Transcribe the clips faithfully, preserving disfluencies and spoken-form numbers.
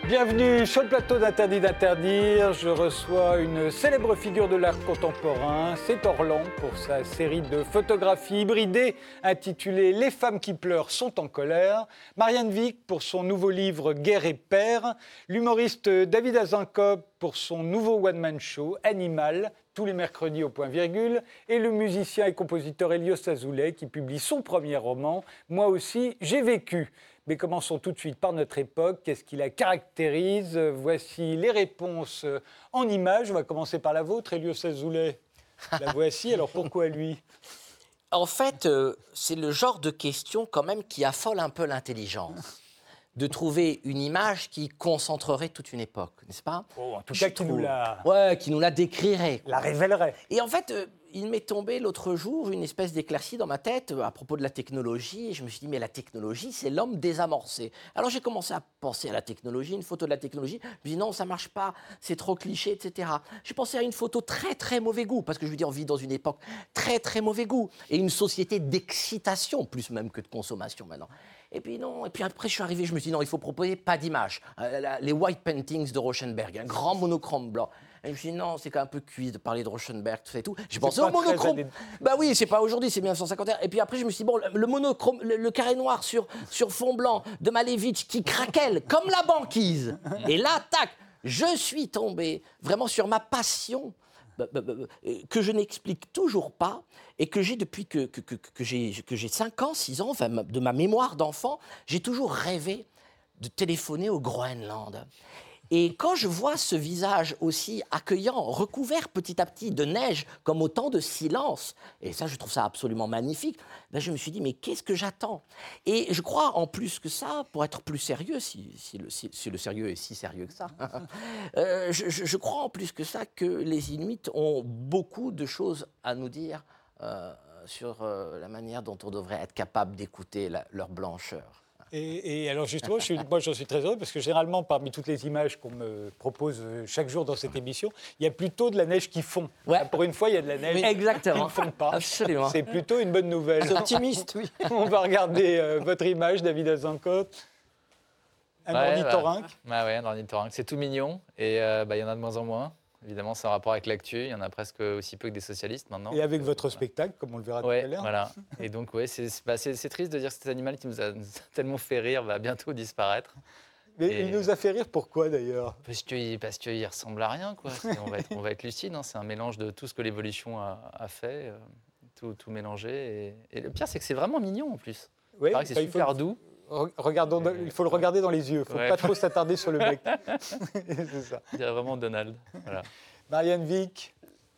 Bienvenue sur le plateau d'Interdit d'interdire. Je reçois une célèbre figure de l'art contemporain. C'est Orlan pour sa série de photographies hybridées intitulée « Les femmes qui pleurent sont en colère ». Marianne Wick pour son nouveau livre « Guerre et père ». L'humoriste David Azencop pour son nouveau one-man show « Animal », tous les mercredis au point virgule. Et le musicien et compositeur Elios Azoulay qui publie son premier roman « Moi aussi, j'ai vécu ». Mais commençons tout de suite par notre époque. Qu'est-ce qui la caractérise? Voici les réponses en images. On va commencer par la vôtre, Elios Azoulay. La voici, alors pourquoi lui? En fait, euh, c'est le genre de question quand même qui affole un peu l'intelligence. De trouver une image qui concentrerait toute une époque, n'est-ce pas? Oh, en tout cas, qui nous la... Ouais, qui nous la décrirait. La révélerait. Et en fait, euh, il m'est tombé l'autre jour une espèce d'éclaircie dans ma tête euh, à propos de la technologie. Et je me suis dit, mais la technologie, c'est l'homme désamorcé. Alors j'ai commencé à penser à la technologie, une photo de la technologie. Je me dis, non, ça ne marche pas, c'est trop cliché, et cetera. J'ai pensé à une photo très, très mauvais goût, parce que je veux dire, on vit dans une époque très, très mauvais goût. Et une société d'excitation, plus même que de consommation maintenant. Et puis non, et puis après je suis arrivé, je me suis dit non, il faut proposer pas d'image. Euh, la, les white paintings de Rauschenberg, un grand monochrome blanc. Et je me suis dit non, c'est quand même un peu cuit de parler de Rauschenberg, tout ça et tout. J'ai pensé au monochrome. Années... Bah oui, c'est pas aujourd'hui, c'est mille neuf cent cinquante et un. Et puis après je me suis dit bon, le monochrome, le, le carré noir sur, sur fond blanc de Malevich qui craquelle comme la banquise. Et là, tac, je suis tombé vraiment sur ma passion. Que je n'explique toujours pas et que j'ai depuis que, que, que, que j'ai, que j'ai cinq ans, six ans, enfin, de ma mémoire d'enfant, j'ai toujours rêvé de téléphoner au Groenland. Et quand je vois ce visage aussi accueillant, recouvert petit à petit de neige, comme autant de silence, et ça je trouve ça absolument magnifique, ben je me suis dit mais qu'est-ce que j'attends? Et je crois en plus que ça, pour être plus sérieux, si, si, le, si, si le sérieux est si sérieux que ça, euh, je, je, je crois en plus que ça que les Inuits ont beaucoup de choses à nous dire euh, sur euh, la manière dont on devrait être capable d'écouter la, leur blancheur. Et, et alors justement, je suis, moi j'en suis très heureux parce que généralement, parmi toutes les images qu'on me propose chaque jour dans cette émission, il y a plutôt de la neige qui fond. Ouais. Pour une fois, il y a de la neige Exactement. qui ne fond pas. Absolument. C'est plutôt une bonne nouvelle. C'est optimiste, oui. On va regarder euh, votre image, David Azencop. Un ouais, ornithorynque. Bah, ouais, un ornithorynque. C'est tout mignon et euh, bah, y en a de moins en moins. Évidemment, c'est en rapport avec l'actu. Il y en a presque aussi peu que des socialistes maintenant. Et avec votre spectacle, comme on le verra ouais, tout à l'heure. Voilà. Et donc, ouais, c'est, c'est, bah, c'est, c'est triste de dire que cet animal qui nous a, nous a tellement fait rire va bientôt disparaître. Mais et... il nous a fait rire, pourquoi d'ailleurs? Parce qu'il parce qu'il ressemble à rien, quoi. C'est, on, va être, on va être lucide, hein. C'est un mélange de tout ce que l'évolution a, a fait, euh, tout, tout mélangé. Et, et le pire, c'est que c'est vraiment mignon en plus. Oui, il paraît que c'est super faut... doux. Regardons, Et... il faut le regarder dans les yeux, il ne faut ouais. pas trop s'attarder sur le bec. C'est ça. Il dirait vraiment Donald. Voilà. Marianne Wick.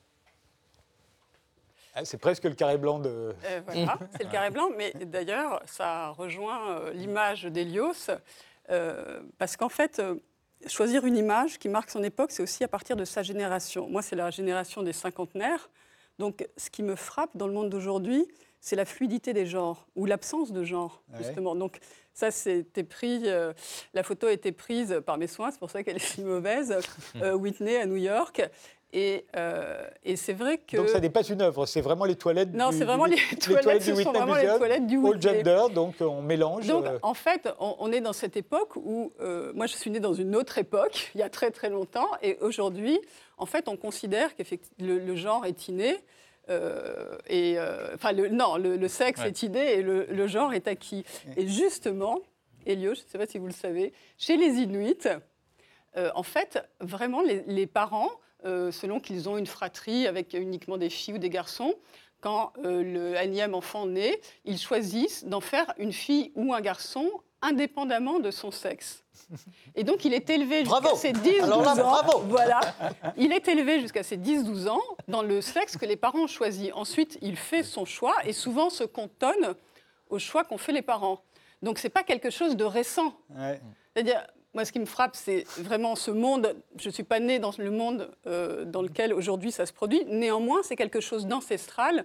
Ah, c'est presque le carré blanc de... Euh, voilà, c'est le carré blanc, mais d'ailleurs, ça rejoint euh, l'image d'Elios, euh, parce qu'en fait, euh, choisir une image qui marque son époque, c'est aussi à partir de sa génération. Moi, c'est la génération des cinquantenaires, donc ce qui me frappe dans le monde d'aujourd'hui, c'est la fluidité des genres, ou l'absence de genre, justement. Ouais. Donc ça, c'était pris, euh, la photo a été prise par mes soins, c'est pour ça qu'elle est si mauvaise, euh, Whitney à New York. Et, euh, et c'est vrai que... Donc ça n'est pas une œuvre, c'est vraiment les toilettes non, du... c'est vraiment les, les toilettes, toilettes ce du sont Whitney vraiment Museum, les toilettes du Whitney. All gender, donc on mélange... Donc euh... en fait, on, on est dans cette époque où... Euh, moi, je suis née dans une autre époque, il y a très très longtemps, et aujourd'hui, en fait, on considère que le, le genre est inné, euh, et... Euh, enfin, le, non, le, le sexe ouais. est inné et le, le genre est acquis. Et justement, Elios, je ne sais pas si vous le savez, chez les Inuits, euh, en fait, vraiment, les, les parents... Euh, selon qu'ils ont une fratrie avec uniquement des filles ou des garçons, quand euh, le énième enfant naît, ils choisissent d'en faire une fille ou un garçon indépendamment de son sexe. Et donc, il est élevé jusqu'à ses dix douze ans. Bravo. Voilà. Il est élevé jusqu'à ses dix douze ans dans le sexe que les parents ont choisi. Ensuite, il fait son choix et souvent se cantonne au choix qu'ont fait les parents. Donc, ce n'est pas quelque chose de récent. Ouais. C'est-à-dire... Moi, ce qui me frappe, c'est vraiment ce monde. Je ne suis pas née dans le monde euh, dans lequel aujourd'hui ça se produit. Néanmoins, c'est quelque chose d'ancestral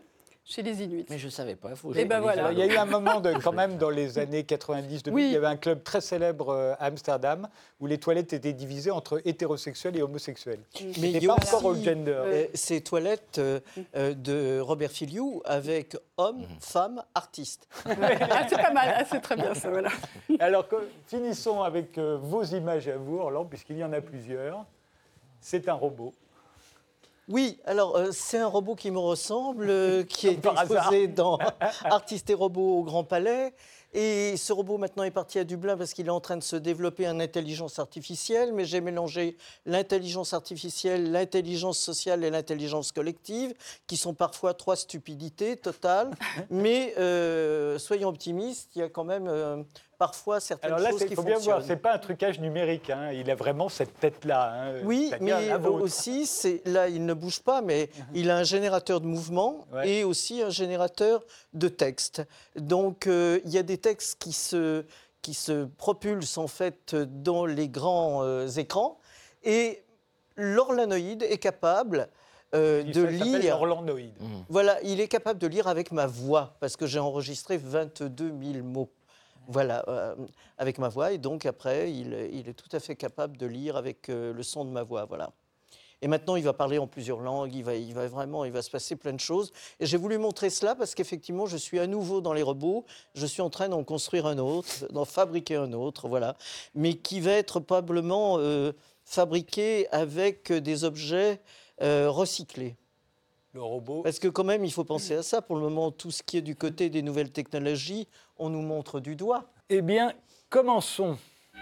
chez les Inuits. Mais je ne savais pas. Faut que Et je ben lise. voilà. Alors, il y a eu un moment, de, quand même, dans les années quatre-vingt-dix deux mille, Oui. il y avait un club très célèbre euh, à Amsterdam où les toilettes étaient divisées entre hétérosexuels et homosexuels. Mais C'était il y a pas encore au aussi gender. euh, ces toilettes euh, euh, de Robert Filiou avec hommes, femmes, artistes. Ah, c'est pas mal, ah, c'est très bien ça, voilà. Alors, que- finissons avec euh, vos images à vous, Orlan, puisqu'il y en a plusieurs. C'est un robot. Oui, alors euh, c'est un robot qui me ressemble, euh, qui est Par hasard. exposé dans Artistes et robots au Grand Palais. Et ce robot maintenant est parti à Dublin parce qu'il est en train de se développer en intelligence artificielle. Mais j'ai mélangé l'intelligence artificielle, l'intelligence sociale et l'intelligence collective, qui sont parfois trois stupidités totales. Mais euh, soyons optimistes, il y a quand même euh, parfois certaines Alors là, choses il qui faut bien fonctionnent. voir, c'est pas un trucage numérique. Hein. Il a vraiment cette tête-là. Hein. Oui, C'est-à-dire mais la vôtre. aussi, c'est, là, il ne bouge pas, mais il a un générateur de mouvement Ouais. et aussi un générateur de texte. Donc, euh, il y a des textes qui se, qui se propulsent en fait dans les grands euh, écrans et l'orlanoïde est capable euh, Il de s'appelle lire. Orlandoïde. Voilà, il est capable de lire avec ma voix parce que j'ai enregistré vingt-deux mille mots. Voilà, euh, avec ma voix. Et donc, après, il, il est tout à fait capable de lire avec euh, le son de ma voix. Voilà. Et maintenant, il va parler en plusieurs langues. Il va, il va vraiment, il va se passer plein de choses. Et j'ai voulu montrer cela parce qu'effectivement, je suis à nouveau dans les robots. Je suis en train d'en construire un autre, d'en fabriquer un autre, voilà. Mais qui va être probablement euh, fabriqué avec des objets euh, recyclés. Le robot. Parce que quand même, il faut penser à ça. Pour le moment, tout ce qui est du côté des nouvelles technologies, on nous montre du doigt. Eh bien, commençons.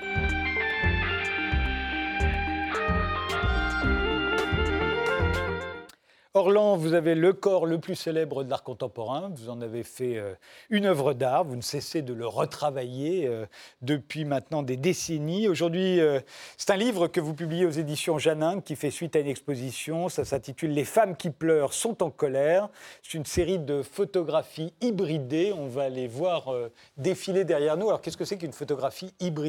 Orlan, vous avez le corps le plus célèbre de l'art contemporain. Vous en avez fait euh, une œuvre d'art. Vous ne cessez de le retravailler euh, depuis maintenant des décennies. Aujourd'hui, euh, c'est un livre que vous publiez aux éditions Janin qui fait suite à une exposition. Ça s'intitule « Les femmes qui pleurent sont en colère ». C'est une série de photographies hybridées. On va les voir euh, défiler derrière nous. Alors, qu'est-ce que c'est qu'une photographie hybridée ?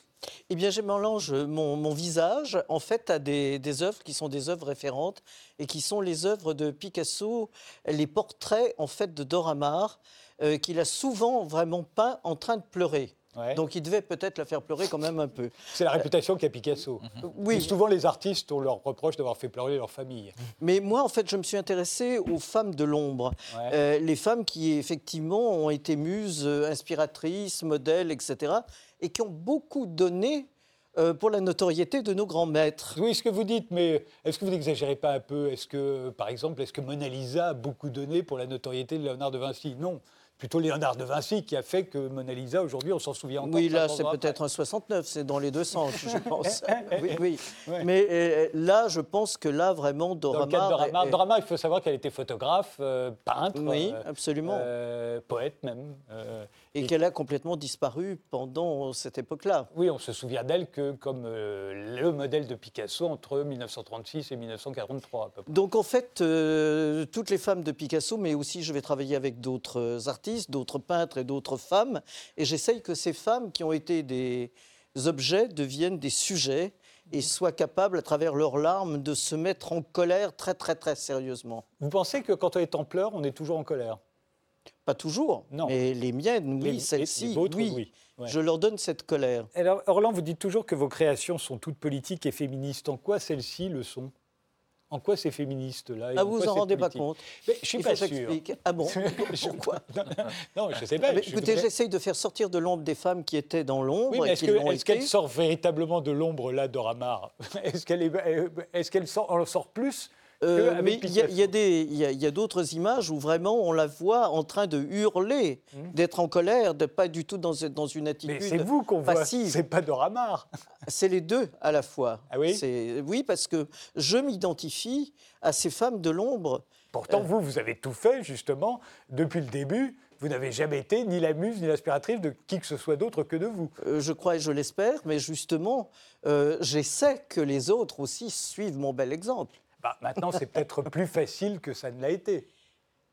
Eh bien, je mélange mon, mon visage, en fait, à des, des œuvres qui sont des œuvres référentes et qui sont les œuvres de Picasso, les portraits, en fait, de Dora Maar, euh, qu'il a souvent vraiment peint en train de pleurer. Ouais. Donc, il devait peut-être la faire pleurer quand même un peu. C'est la réputation qu'a Picasso. Oui, Souvent, les artistes, on leur reproche d'avoir fait pleurer leur famille. mais moi, en fait, je me suis intéressée aux femmes de l'ombre. Ouais. Euh, les femmes qui, effectivement, ont été muses, euh, inspiratrices, modèles, et cetera, et qui ont beaucoup donné euh, pour la notoriété de nos grands maîtres. Oui, ce que vous dites, mais est-ce que vous n'exagérez pas un peu ? Est-ce que, par exemple, est-ce que Mona Lisa a beaucoup donné pour la notoriété de Léonard de Vinci ? Non. Plutôt Léonard de Vinci qui a fait que Mona Lisa, aujourd'hui, on s'en souvient encore. Oui, là, cinquante c'est ans peut-être après. un soixante-neuf, c'est dans les deux sens, je pense. Oui, oui. Ouais. Mais euh, là, je pense que là, vraiment, Dora Dans le cas de Maar Dora Maar, est- Dora Maar, il faut savoir qu'elle était photographe, euh, peintre, Oui, euh, absolument. euh, poète même. euh, et qu'elle a complètement disparu pendant cette époque-là. Oui, on se souvient d'elle que comme euh, le modèle de Picasso entre mille neuf cent trente-six et mille neuf cent quarante-trois à peu près. Donc en fait, euh, toutes les femmes de Picasso, mais aussi je vais travailler avec d'autres artistes, d'autres peintres et d'autres femmes, et j'essaye que ces femmes qui ont été des objets deviennent des sujets et soient capables, à travers leurs larmes, de se mettre en colère très très très sérieusement. Vous pensez que quand on est en pleurs, on est toujours en colère ? Pas toujours, Non. mais les miennes, oui, Les- celles-ci, les vôtres, oui. oui. Ouais. Je leur donne cette colère. Alors, Orlan, vous dites toujours que vos créations sont toutes politiques et féministes. En quoi celles-ci le sont ? En quoi ces féministes-là et Ah, en vous quoi en c'est rendez pas politique compte? Mais je suis Il pas faut que sûr. j'explique. Ah bon? Je- Pourquoi? Non, je ne sais pas. Ah, mais je écoutez, voudrais- j'essaye de faire sortir de l'ombre des femmes qui étaient dans l'ombre Oui, mais et est-ce qui que- l'ont est-ce été. qu'elle sort véritablement de l'ombre, là, Dora Maar ? Est-ce qu'elle est, est-ce qu'elle sort, en sort plus Euh, qu'avec mais il y a, il y a Picasso des- il y a- il y a d'autres images où vraiment on la voit en train de hurler, d'être en colère, de pas du tout dans, dans une Mais attitude c'est vous qu'on voit, passive. c'est pas Dora Maar. C'est les deux à la fois. Ah oui C'est- Oui, parce que je m'identifie à ces femmes de l'ombre. Pourtant, vous, vous avez tout fait, justement, depuis le début. Vous n'avez jamais été ni la muse ni l'aspiratrice de qui que ce soit d'autre que de vous. Euh, je crois et je l'espère, mais justement, euh, j'essaie que les autres aussi suivent mon bel exemple. Bah, maintenant, c'est peut-être plus facile que ça ne l'a été.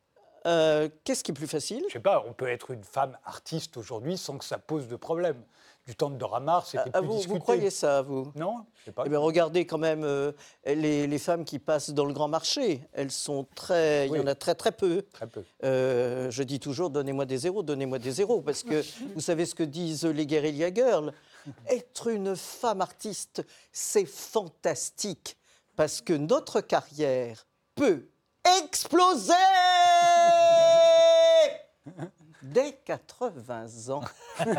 Euh, qu'est-ce qui est plus facile? Je sais pas, on peut être une femme artiste aujourd'hui sans que ça pose de problème. Du temps de Dora Maar, c'était Ah, plus vous, discuté. vous croyez ça, vous? Non, je sais pas. Eh bien, regardez quand même euh, les, les femmes qui passent dans le grand marché. Elles sont très... Oui. Il y en a très, très peu. Très peu. Euh, je dis toujours, donnez-moi des zéros, donnez-moi des zéros. Parce que vous savez ce que disent les guérilla girls. Être une femme artiste, c'est fantastique. Parce que notre carrière peut exploser dès quatre-vingts ans.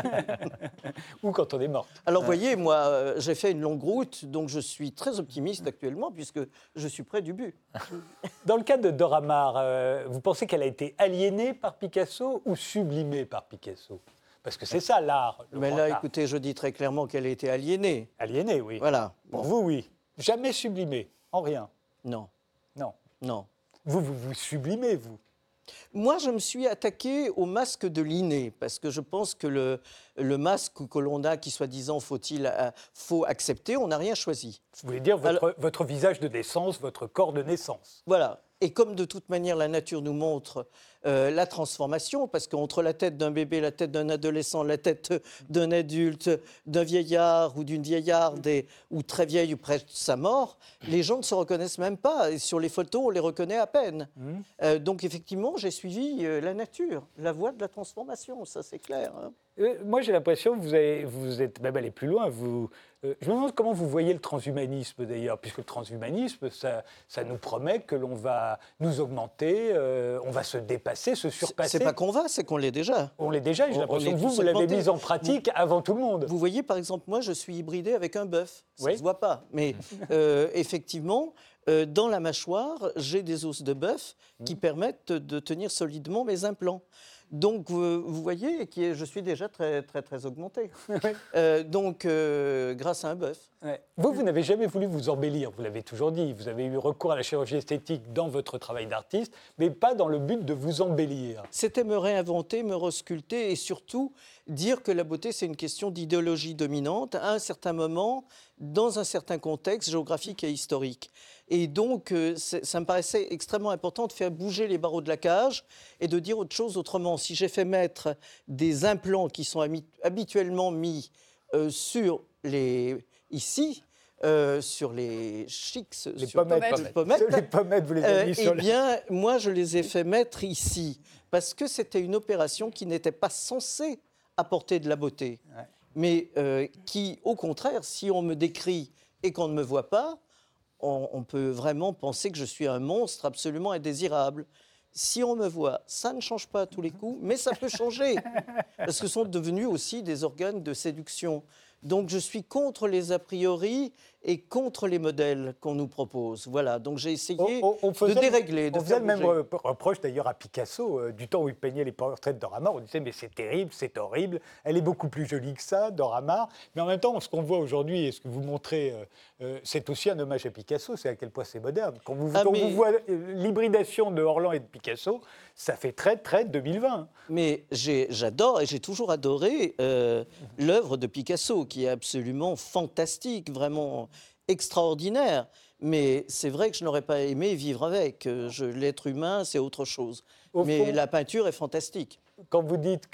Ou quand on est morte. Alors, vous voyez, moi, euh, j'ai fait une longue route, donc je suis très optimiste actuellement, puisque je suis près du but. Dans le cas de Dora Maar, euh, vous pensez qu'elle a été aliénée par Picasso ou sublimée par Picasso? Parce que c'est ça, l'art. le Mais grand là, art. écoutez, je dis très clairement qu'elle a été aliénée. Aliénée, oui. Voilà. Pour vous, oui. Jamais sublimée, en rien. Non, Non. non. Vous, vous vous sublimez, vous. Moi, je me suis attaqué au masque de l'inné, parce que je pense que le, le masque que l'on a, qui soi-disant faut-il, euh, faut accepter, on n'a rien choisi. Vous voulez dire votre, votre visage de naissance, votre corps de naissance. Voilà. Et comme de toute manière la nature nous montre euh, la transformation, parce qu'entre la tête d'un bébé, la tête d'un adolescent, la tête d'un adulte, d'un vieillard ou d'une vieillarde, et- ou très vieille ou près de sa mort, les gens ne se reconnaissent même pas. Et sur les photos, on les reconnaît à peine. Mmh. Euh, donc effectivement, j'ai suivi euh, la nature, la voie de la transformation, ça c'est clair. hein. Euh, moi, j'ai l'impression que vous, avez, vous êtes même allé plus loin. Vous, euh, je me demande comment vous voyez le transhumanisme, d'ailleurs, puisque le transhumanisme, ça, ça nous promet que l'on va nous augmenter, euh, on va se dépasser, se C'est surpasser. c'est pas qu'on va, c'est qu'on l'est déjà. On l'est déjà, j'ai On- l'impression on est que vous, tous vous l'avez augmentés. mis en pratique avant tout le monde. Vous voyez, par exemple, moi, je suis hybridé avec un bœuf. Ça ne Oui. se voit pas. Mais euh, effectivement, euh, dans la mâchoire, j'ai des os de bœuf qui permettent de tenir solidement mes implants. Donc, vous, vous voyez, qui est- je suis déjà très, très, très augmenté. Euh, donc, euh, grâce à un bœuf. Ouais. Vous, vous n'avez jamais voulu vous embellir, vous l'avez toujours dit. Vous avez eu recours à la chirurgie esthétique dans votre travail d'artiste, mais pas dans le but de vous embellir. C'était me réinventer, me resculpter et surtout dire que la beauté, c'est une question d'idéologie dominante à un certain moment, dans un certain contexte géographique et historique. Et donc, euh, c'est- ça me paraissait extrêmement important de faire bouger les barreaux de la cage et de dire autre chose autrement. Si j'ai fait mettre des implants qui sont ami- habituellement mis euh, sur les... ici, euh, sur les chics, Les sur pommettes, pommettes. pommettes, Les pommettes, vous les euh, avez mis eh sur le... bien, moi, je les ai fait mettre ici parce que c'était une opération qui n'était pas censée apporter de la beauté, Ouais. mais euh, qui, au contraire, si on me décrit et qu'on ne me voit pas, on, on peut vraiment penser que je suis un monstre absolument indésirable. Si on me voit, ça ne change pas à tous les coups, mais ça peut changer, parce que ce sont devenus aussi des organes de séduction. Donc je suis contre les a priori et contre les modèles qu'on nous propose. Voilà, donc j'ai essayé On- on- on faisait de le- dérégler, de On faisait faire le même bouger. re- reproche d'ailleurs à Picasso, euh, du temps où il peignait les portraits de Dora Maar. On disait mais c'est terrible, c'est horrible, elle est beaucoup plus jolie que ça, Dora Maar. Mais en même temps, ce qu'on voit aujourd'hui et ce que vous montrez, euh, euh, c'est aussi un hommage à Picasso, c'est à quel point c'est moderne. Quand vous, Ah, quand mais- vous voyez euh, l'hybridation de Orlan et de Picasso, ça fait très très deux mille vingt. Mais j'ai- j'adore et j'ai toujours adoré euh, l'œuvre de Picasso, qui est absolument fantastique, vraiment extraordinaire. Mais c'est vrai que je n'aurais pas aimé vivre avec. Euh, je- L'être humain, c'est autre chose. Au Mais fond- la peinture est fantastique. Quand vous dites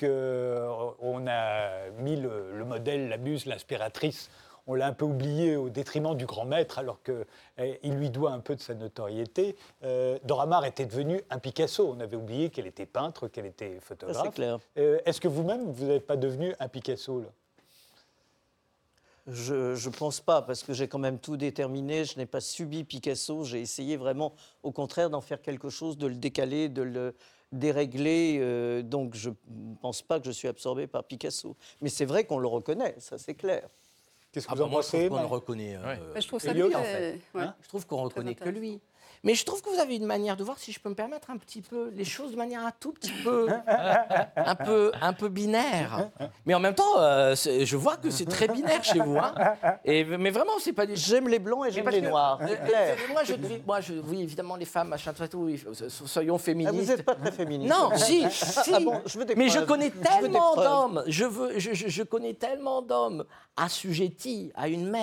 qu'on a mis le, le modèle, la muse, l'inspiratrice, on l'a un peu oublié au détriment du grand maître, alors qu'il lui doit un peu de sa notoriété. Euh, Dora Maar était devenue un Picasso. On avait oublié qu'elle était peintre, qu'elle était Ça, photographe. c'est clair. Euh, Est-ce que vous-même, vous n'êtes pas devenu un Picasso là? Je ne pense pas, parce que j'ai quand même tout déterminé. Je n'ai pas subi Picasso. J'ai essayé vraiment, au contraire, d'en faire quelque chose, de le décaler, de le dérégler. euh, donc, je ne pense pas que je suis absorbé par Picasso. Mais c'est vrai qu'on le reconnaît, ça c'est clair. Qu'est-ce que Ah vous bah en moi, je trouve pensez qu'on le Maë reconnaît. euh, Ouais. Mais je trouve ça Elliot, très- en fait. ouais. Hein Je trouve qu'on reconnaît que intéressant. lui. Mais je trouve que vous avez une manière de voir, si je peux me permettre, un petit peu les choses de manière un tout petit peu, un peu, un peu binaire. Mais en même temps, euh, c'est- je vois que c'est très binaire chez vous. Hein. Et, mais vraiment, c'est pas des. J'aime les blancs et Mais j'aime parce les que- noirs, euh, c'est euh, clair. moi, je, devais- moi, je, oui, évidemment, les femmes, machin, tout, tout, oui, so- so- soyons Ah, féministes. vous n'êtes pas très féministe. Non, si, si. Ah bon, je veux des Mais je preuves. connais Je veux des tellement preuves. d'hommes, je, veux, je, je, je connais tellement d'hommes assujettis à une mère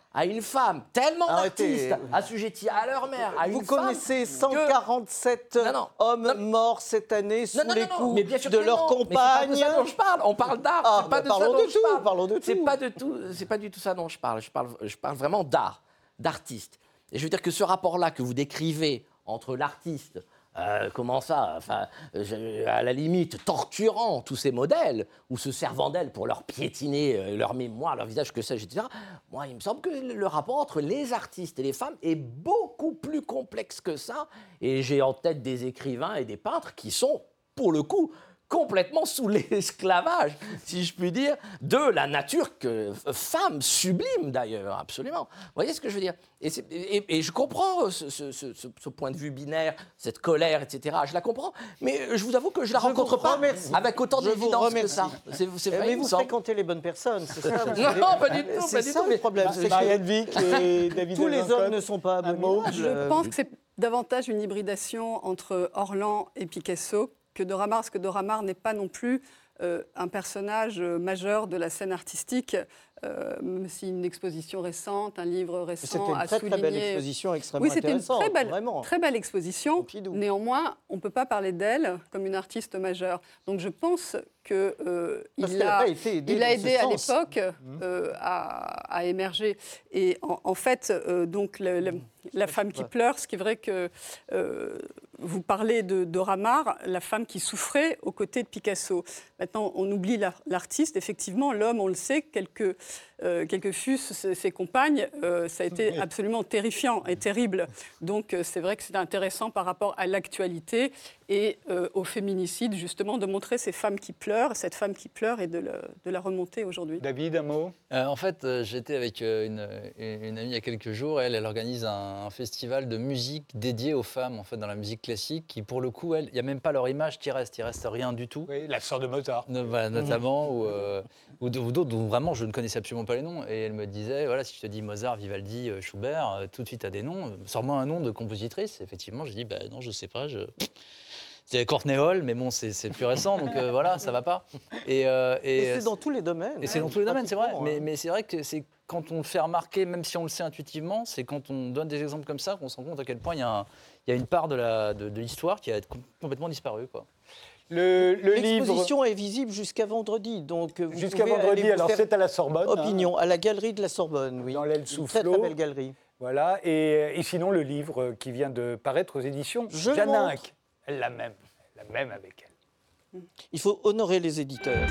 à une femme tellement Arrêtez. d'artistes assujettis à leur mère, à Vous une femme connaissez que- cent quarante-sept Non, non. hommes Non. morts cette année sous Non, non, les non, non, coups mais bien sûr de que leurs non. Mais c'est pas de compagnes. ça dont je parle. On parle d'art. Ah, c'est pas bah, de parlons ça dont de je tout, parle. parlons de C'est tout. pas de tout. C'est pas du tout ça dont je parle. Je parle, je parle vraiment d'art, d'artiste. Et je veux dire que ce rapport-là que vous décrivez entre l'artiste, euh, comment ça, enfin, je- à la limite torturant tous ces modèles ou se servant d'elles pour leur piétiner euh, leur mémoire, leur visage, que sais-je, et cetera. Moi, il me semble que le rapport entre les artistes et les femmes est beaucoup plus complexe que ça. Et j'ai en tête des écrivains et des peintres qui sont, pour le coup, complètement sous l'esclavage, si je puis dire, de la nature que femme sublime d'ailleurs, absolument. Vous voyez ce que je veux dire, et, c'est- et- et je comprends ce, ce- ce- ce point de vue binaire, cette colère, et cetera. Je la comprends, mais je vous avoue que je la Je vous rencontre pas remercie. avec autant Je vous d'évidence que remercie. ça. C'est c'est Eh, vrai, Mais il me vous semble. fréquentez les bonnes personnes, c'est ça vous Non, savez. non, pas du tout, C'est pas du ça tout. le mais- problème. c'est que Marianne Vic et David tous les Levencote. hommes ne sont pas Un mot. abominables. Je pense que c'est davantage une hybridation entre Orlan et Picasso que de Ramar, parce que de Ramar n'est pas non plus euh, un personnage euh, majeur de la scène artistique, euh, même si une exposition récente, un livre C'était récent une a très, très belle souligné... exposition extrêmement Oui, c'était une intéressante. très belle, vraiment. très belle exposition. Pompidou. Néanmoins, on ne peut pas parler d'elle comme une artiste majeure. Donc je pense qu'il euh, Parce il qu'elle n'a a, pas été aidée il a dans ce aidé à sens. l'époque euh, à, à émerger. Et en, en fait, euh, donc le- le- la femme qui pleure, ce qui est vrai que euh, vous parlez de, de Ramar, la femme qui souffrait aux côtés de Picasso. Maintenant, on oublie la- l'artiste. Effectivement, l'homme, on le sait, quelques, euh, quelques fussent ses, ses compagnes, euh, ça a été absolument terrifiant et terrible. Donc, euh, c'est vrai que c'est intéressant par rapport à l'actualité et euh, au féminicide, justement, de montrer ces femmes qui pleurent, cette femme qui pleure et de, le- de la remonter aujourd'hui. David, un mot. Euh, en fait, euh, j'étais avec euh, une, une- une amie il y a quelques jours. Elle, elle organise un, un festival de musique dédié aux femmes, en fait, dans la musique classique, qui, pour le coup, elle, il n'y a même pas leur image qui reste. Il reste rien du tout. Oui, la sœur de Mozart. No- voilà, notamment, ou, euh, ou d- ou d'autres dont vraiment je ne connaissais absolument pas les noms. Et elle me disait, voilà, si je te dis Mozart, Vivaldi, euh, Schubert, euh, tout de suite à des noms. Sors-moi un nom de compositrice. Effectivement, je dis, bah, non, je sais pas. Je... C'est Courtney Hall, mais bon, c'est c'est plus récent, donc euh, voilà, ça va pas. Et, euh, et, Et c'est dans tous les domaines. et c'est hein, dans tous les domaines, c'est vrai. pratiquement, Mais, hein. mais c'est vrai que c'est quand on le fait remarquer, même si on le sait intuitivement, c'est quand on donne des exemples comme ça qu'on se rend compte à quel point il y a, un- il y a une part de la- de, de l'histoire qui a com- complètement disparu, quoi. Le, le livre. L'exposition est visible jusqu'à vendredi. Donc vous Jusqu'à pouvez vendredi, aller vous alors faire c'est à la Sorbonne. hein. Opinion, à la galerie de la Sorbonne, oui. Dans l'aile Une Soufflot. très, très belle galerie. Voilà, et, et sinon le livre qui vient de paraître aux éditions Je Janinck. montre. Elle l'a même, elle l'a même avec elle. Il faut honorer les éditeurs.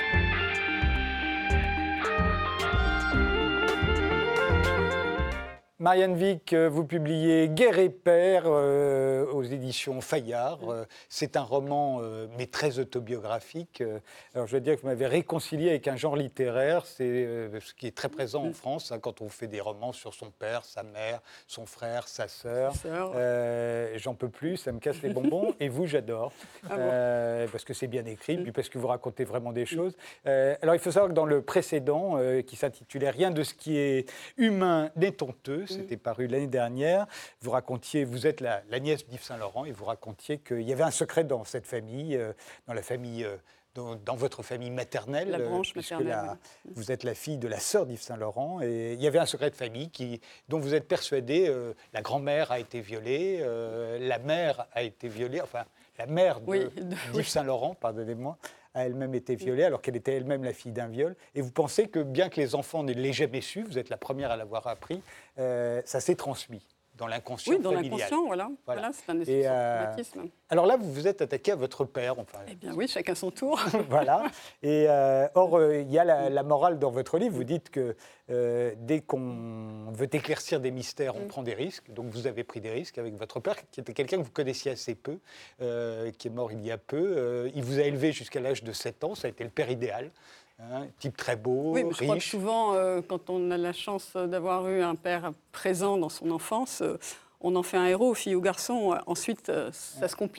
Marianne Vic, euh, vous publiez Guerre et Père euh, aux éditions Fayard. Euh, c'est un roman, euh, mais très autobiographique. Euh, alors je veux dire que vous m'avez réconcilié avec un genre littéraire, c'est euh, ce qui est très présent en France, hein, quand on fait des romans sur son père, sa mère, son frère, sa sœur. Sœur. Euh, J'en peux plus, ça me casse les bonbons. Et vous, j'adore. Ah bon Euh, parce que c'est bien écrit, puis parce que vous racontez vraiment des choses. Euh, alors il faut savoir que dans le précédent, euh, qui s'intitulait Rien de ce qui est humain n'est honteux, c'était paru l'année dernière, vous racontiez, vous êtes la, la nièce d'Yves Saint-Laurent, et vous racontiez qu'il y avait un secret dans cette famille, euh, dans la famille... euh, dans, dans votre famille maternelle, La branche euh, puisque maternelle, la- oui. vous êtes la fille de la sœur d'Yves Saint-Laurent, et il y avait un secret de famille qui, dont vous êtes persuadé, euh, la grand-mère a été violée, euh, la mère a été violée, enfin la mère de- Oui, d'Yves de- oui. Saint-Laurent, pardonnez-moi, a elle-même été violée, alors qu'elle était elle-même la fille d'un viol. Et vous pensez que bien que les enfants ne l'aient jamais su, vous êtes la première à l'avoir appris, euh, ça s'est transmis dans l'inconscient Oui, dans familial. l'inconscient, voilà. Voilà. Voilà, c'est un Et, euh, traumatisme. Alors là, vous vous êtes attaqué à votre père, enfin, Eh bien oui, chacun son tour. voilà. Et euh, or, euh, il y a la, la morale dans votre livre. Vous dites que euh, dès qu'on veut éclaircir des mystères, on Mm. prend des risques. Donc vous avez pris des risques avec votre père, qui était quelqu'un que vous connaissiez assez peu, euh, qui est mort il y a peu. Euh, il vous a élevé jusqu'à l'âge de sept ans. Ça a été le père idéal. Hein, type très beau, Oui, mais je crois que riche. souvent, euh, quand on a la chance d'avoir eu un père présent dans son enfance, euh, on en fait un héros, fille ou garçon. Euh, Ensuite, euh, ça se complique.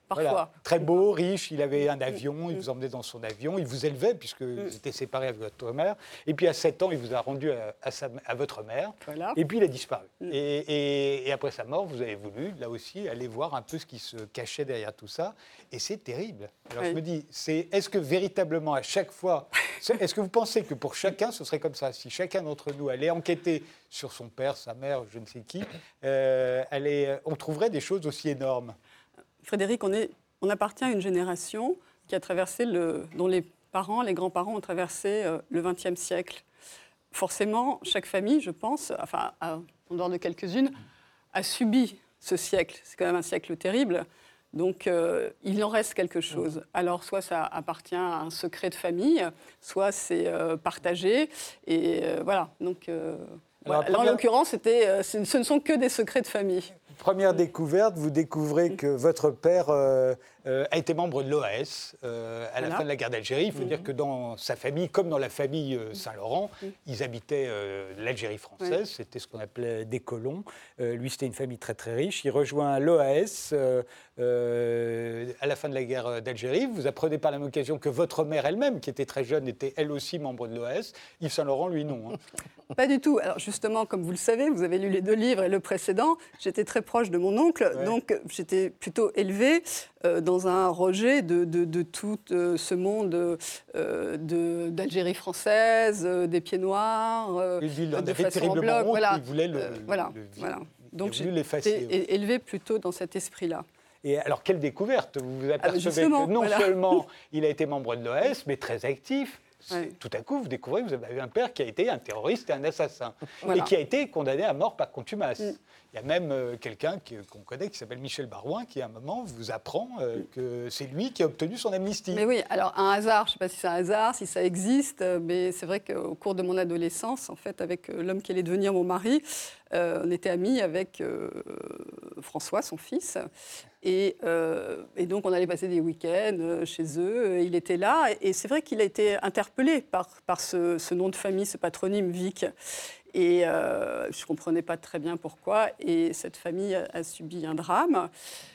parfois. Voilà. Très beau, riche, il avait un avion, il vous emmenait dans son avion, il vous élevait puisque vous étiez séparés avec votre mère. Et puis à sept ans, il vous a rendu à, à, sa, à votre mère. Voilà. Et puis il a disparu. Et, et, et après sa mort, vous avez voulu, là aussi, aller voir un peu ce qui se cachait derrière tout ça. Et c'est terrible. Alors Oui. je me dis, c'est, est-ce que véritablement à chaque fois, est-ce que vous pensez que pour chacun, ce serait comme ça? Si chacun d'entre nous allait enquêter sur son père, sa mère, je ne sais qui, euh, allait, on trouverait des choses aussi énormes? Frédéric, on, est, on appartient à une génération qui a traversé le, dont les parents, les grands-parents ont traversé euh, le vingtième siècle. Forcément, chaque famille, je pense, enfin, à, en dehors de quelques-unes, a subi ce siècle. C'est quand même un siècle terrible. Donc, euh, il en reste quelque chose. Alors, soit ça appartient à un secret de famille, soit c'est euh, partagé. Et euh, voilà. Donc, euh, voilà. Là, en première... l'occurrence, c'était, euh, ce ne sont que des secrets de famille. Première découverte, vous découvrez que votre père euh, euh, a été membre de l'O A S euh, à la Voilà. fin de la guerre d'Algérie. Il faut Mmh. dire que dans sa famille, comme dans la famille euh, Saint-Laurent, Mmh. ils habitaient euh, l'Algérie française. Ouais. C'était ce qu'on appelait des colons. Euh, lui, c'était une famille très très riche. Il rejoint l'O A S euh, euh, à la fin de la guerre d'Algérie. Vous apprenez par la même occasion que votre mère elle-même, qui était très jeune, était elle aussi membre de l'O A S. Yves Saint-Laurent, lui, non. Hein. Pas du tout. Alors justement, comme vous le savez, vous avez lu les deux livres et le précédent, j'étais très proche de mon oncle, Ouais. donc j'étais plutôt élevée euh, dans un rejet de, de, de tout euh, ce monde euh, de, d'Algérie française, euh, des pieds noirs, euh, Il en de avait façon en terriblement bloc. honte, Voilà. il voulait le, Euh, le- voilà, le- voilà. il Donc a voulu l'effacer. j'étais é- élevée plutôt dans cet esprit-là. Et alors, quelle découverte? Vous vous apercevez justement, que non voilà. seulement il a été membre de l'O A S, mais très actif. Ouais. Tout à coup, vous découvrez que vous avez un père qui a été un terroriste et un assassin, Voilà. et qui a été condamné à mort par contumace. Mm. Il y a même euh, quelqu'un qui- qu'on connaît qui s'appelle Michel Barouin, qui à un moment vous apprend euh, que c'est lui qui a obtenu son amnistie. Mais oui, alors un hasard, je ne sais pas si c'est un hasard, si ça existe, euh, mais c'est vrai qu'au cours de mon adolescence, en fait, avec euh, l'homme qui allait devenir mon mari, euh, on était amis avec euh, François, son fils. Et, euh, et donc, on allait passer des week-ends euh, chez eux. Et il était là. Et c'est vrai qu'il a été interpellé par, par ce, ce nom de famille, ce patronyme Vic. Et euh, je ne comprenais pas très bien pourquoi. Et cette famille a, a subi un drame.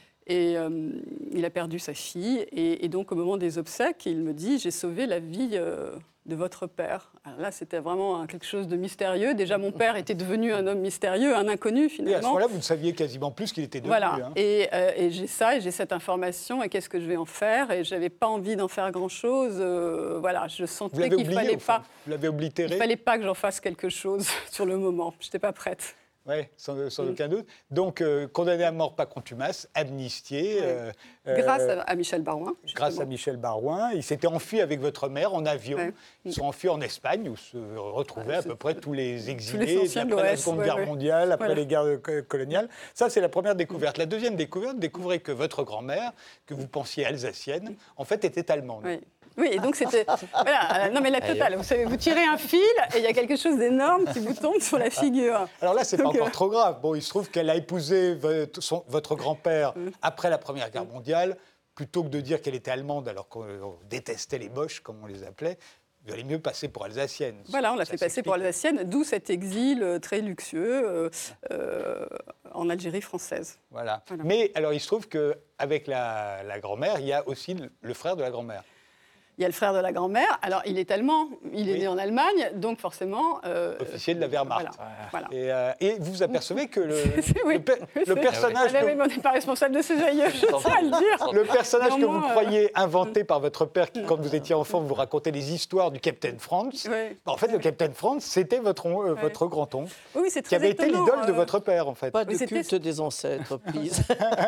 Et euh, il a perdu sa fille. Et, et donc, au moment des obsèques, il me dit « J'ai sauvé la vie euh, de votre père ». Alors là, c'était vraiment un- quelque chose de mystérieux. Déjà, mon père était devenu un homme mystérieux, un inconnu, Et à ce finalement. moment-là, vous ne saviez quasiment plus ce qu'il était devenu. Voilà, hein. et, euh, et j'ai ça, et j'ai cette information, et qu'est-ce que je vais en faire? Et je n'avais pas envie d'en faire grand-chose. euh, voilà, je Vous sentais l'avez qu'il oublié, fallait au fond. pas, Vous l'avez oblitéré. il fallait pas que j'en fasse quelque chose sur le moment. Je n'étais pas prête. Oui, sans, sans Mm. aucun doute. Donc, euh, condamné à mort par contumace, amnistié. Ouais. euh, Grâce euh, à, à Michel Barouin. Grâce à justement. Michel Barouin. Il s'était enfui avec votre mère en avion. Ouais. Ils sont enfuis en Espagne, où se retrouvaient Ouais, à c'est- peu près tous les exilés anciens de après la l'O S, Seconde ouais, Guerre ouais. mondiale, après Voilà. les guerres euh, co- coloniales. Ça, c'est la première découverte. La deuxième découverte, découvrez que votre grand-mère, que vous pensiez alsacienne, en fait, était allemande. Oui. Oui, et donc c'était. Voilà, euh, non, mais la totale. Vous savez, vous tirez un fil et il y a quelque chose d'énorme qui vous tombe sur la figure. Alors là, c'est pas Donc, encore euh, trop grave. Bon, il se trouve qu'elle a épousé votre, son- votre grand-père Mm. après la Première Guerre mondiale. Plutôt que de dire qu'elle était allemande, alors qu'on on détestait les Boches, comme on les appelait, il valait mieux passer pour alsacienne. Voilà, on l'a Ça fait passer pour s'explique. alsacienne, d'où cet exil euh, très luxueux euh, euh, en Algérie française. Voilà. Voilà. Mais alors, il se trouve qu'avec la, la grand-mère, il y a aussi le, le frère de la grand-mère. Il y a le frère de la grand-mère. Alors, il est allemand, il est Oui. né en Allemagne, donc forcément. euh, Officier de la Wehrmacht. Voilà. voilà. Et, euh, et vous vous apercevez que le, Oui, le, pe- oui, le c'est- personnage, Ah, que, oui, mais on n'est pas responsable de ses aïeux, je tiens à le dire. le personnage que vous Néanmoins, euh, croyez inventé par votre père, qui, quand vous étiez enfant, vous racontait les histoires du Capitaine France. Oui. En fait, le Capitaine France, c'était votre, on- euh, Ouais. votre grand-oncle, Oui, oui, c'est qui très avait été étonnant, l'idole de euh, votre père, en fait. Pas de Oui, c'était- culte des ancêtres, please.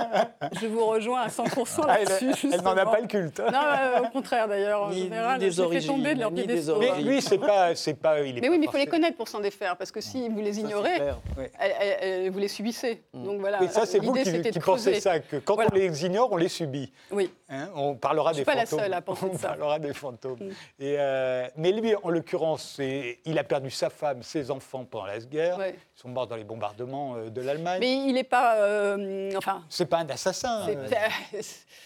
Je vous rejoins à cent pour cent Ah, elle là-dessus. elle n'en a justement. pas le culte. Non, euh, au contraire d'ailleurs, en Ni- ni général, des je les fais origines, tomber de leur ni des piédestal. Mais origines. lui, c'est pas, c'est pas, il est Mais pas oui, mais il faut les forcé- connaître pour s'en défaire, parce que si vous les Ça, c'est ignorez, clair. elle- elle- elle- vous les subissez. Donc voilà. Oui, ça, c'est vous l'idée, qui, c'était qui de pensez creuser. ça, que quand Voilà. on les ignore, on les subit. Oui. Hein, on parlera Je suis des pas la fantômes. seule à penser on ça. parlera des fantômes. Mm. Et, euh, mais lui, en l'occurrence, c'est- il a perdu sa femme, ses enfants pendant la guerre. Ouais. Ils sont morts dans les bombardements euh, de l'Allemagne. Mais il n'est pas. euh, enfin. C'est pas un assassin. c'est- euh.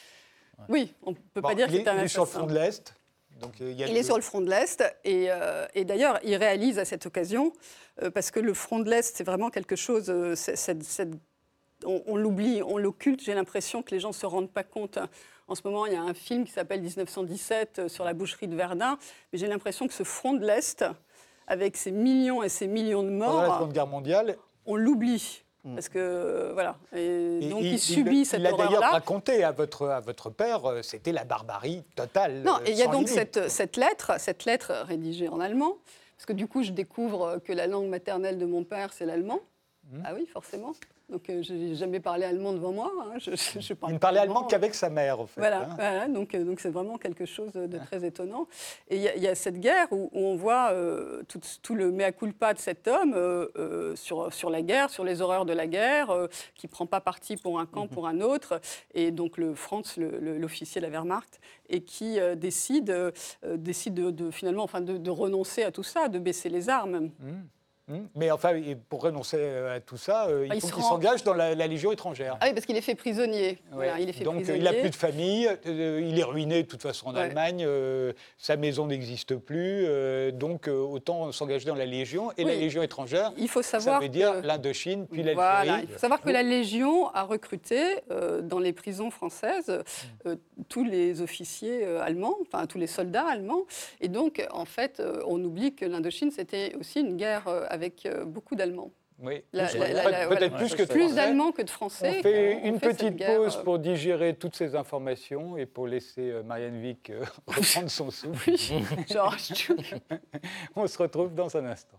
Oui, on ne peut Bon, pas dire il qu'il est, est un il est sur le assassin. front de l'Est. Donc, euh, il y a Il le- est sur le front de l'Est et, euh, et d'ailleurs, il réalise à cette occasion, euh, parce que le front de l'Est, c'est vraiment quelque chose, euh, c'est- cette, cette on, on l'oublie, on l'occulte. J'ai l'impression que les gens ne se rendent pas compte. En ce moment, il y a un film qui s'appelle dix-neuf cent dix-sept sur la boucherie de Verdun. Mais j'ai l'impression que ce front de l'Est, avec ses millions et ses millions de morts, pendant la Seconde Guerre mondiale, on l'oublie. Parce que, euh, voilà. Et et donc, il, il, subit il, cette il a d'ailleurs horreur-là. raconté à votre, à votre père, euh, c'était la barbarie totale. Non, euh, et il y a sans donc limite. cette, cette lettre, cette lettre rédigée en allemand, parce que du coup, je découvre que la langue maternelle de mon père, c'est l'allemand. Mmh. Ah oui, forcément. Donc, euh, je n'ai jamais parlé allemand devant moi. Hein. Je, je, je parle il ne parlait allemand allemand qu'avec sa mère, en fait. Voilà, hein. voilà donc euh, donc c'est vraiment quelque chose de très étonnant. Et il y, y a cette guerre où, où on voit euh, tout, tout le mea culpa de cet homme euh, euh, sur, sur la guerre, sur les horreurs de la guerre, euh, qui ne prend pas parti pour un camp, pour un autre, et donc le Franz, le, le, l'officier de la Wehrmacht, et qui euh, décide, euh, décide de, de, finalement, enfin, de, de renoncer à tout ça, de baisser les armes. Mmh. Mais enfin, pour renoncer à tout ça, euh, il il faut qu'il rend... s'engage dans la, la Légion étrangère. Ah oui, parce qu'il est fait prisonnier. Ouais. Voilà, il est fait Donc prisonnier. il n'a plus de famille, euh, il est ruiné de toute façon en ouais. Allemagne, euh, sa maison n'existe plus, euh, donc euh, autant s'engager dans la Légion. Et oui. la Légion étrangère, il faut savoir ça veut dire que... l'Indochine, puis l'Algérie. Voilà. Il faut savoir que la Légion a recruté euh, dans les prisons françaises euh, tous les officiers euh, allemands, enfin tous les soldats allemands. Et donc, en fait, euh, on oublie que l'Indochine, c'était aussi une guerre euh, avec euh, beaucoup d'Allemands. Oui, la, plus, la, la, la, peut-être voilà. plus que de Plus Français. d'Allemands que de Français. On fait on une fait petite guerre, pause euh... pour digérer toutes ces informations et pour laisser euh, Marianne Wick euh, reprendre son souffle. Oui, genre, on se retrouve dans un instant.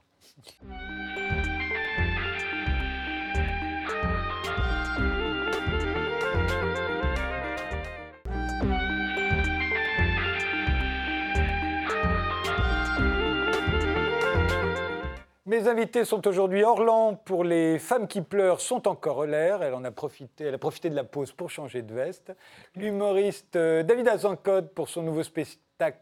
Mes invités sont aujourd'hui Orlan pour Les femmes qui pleurent sont encore en l'air. Elle en a profité, elle a profité de la pause pour changer de veste. L'humoriste David Azencod pour son nouveau spectacle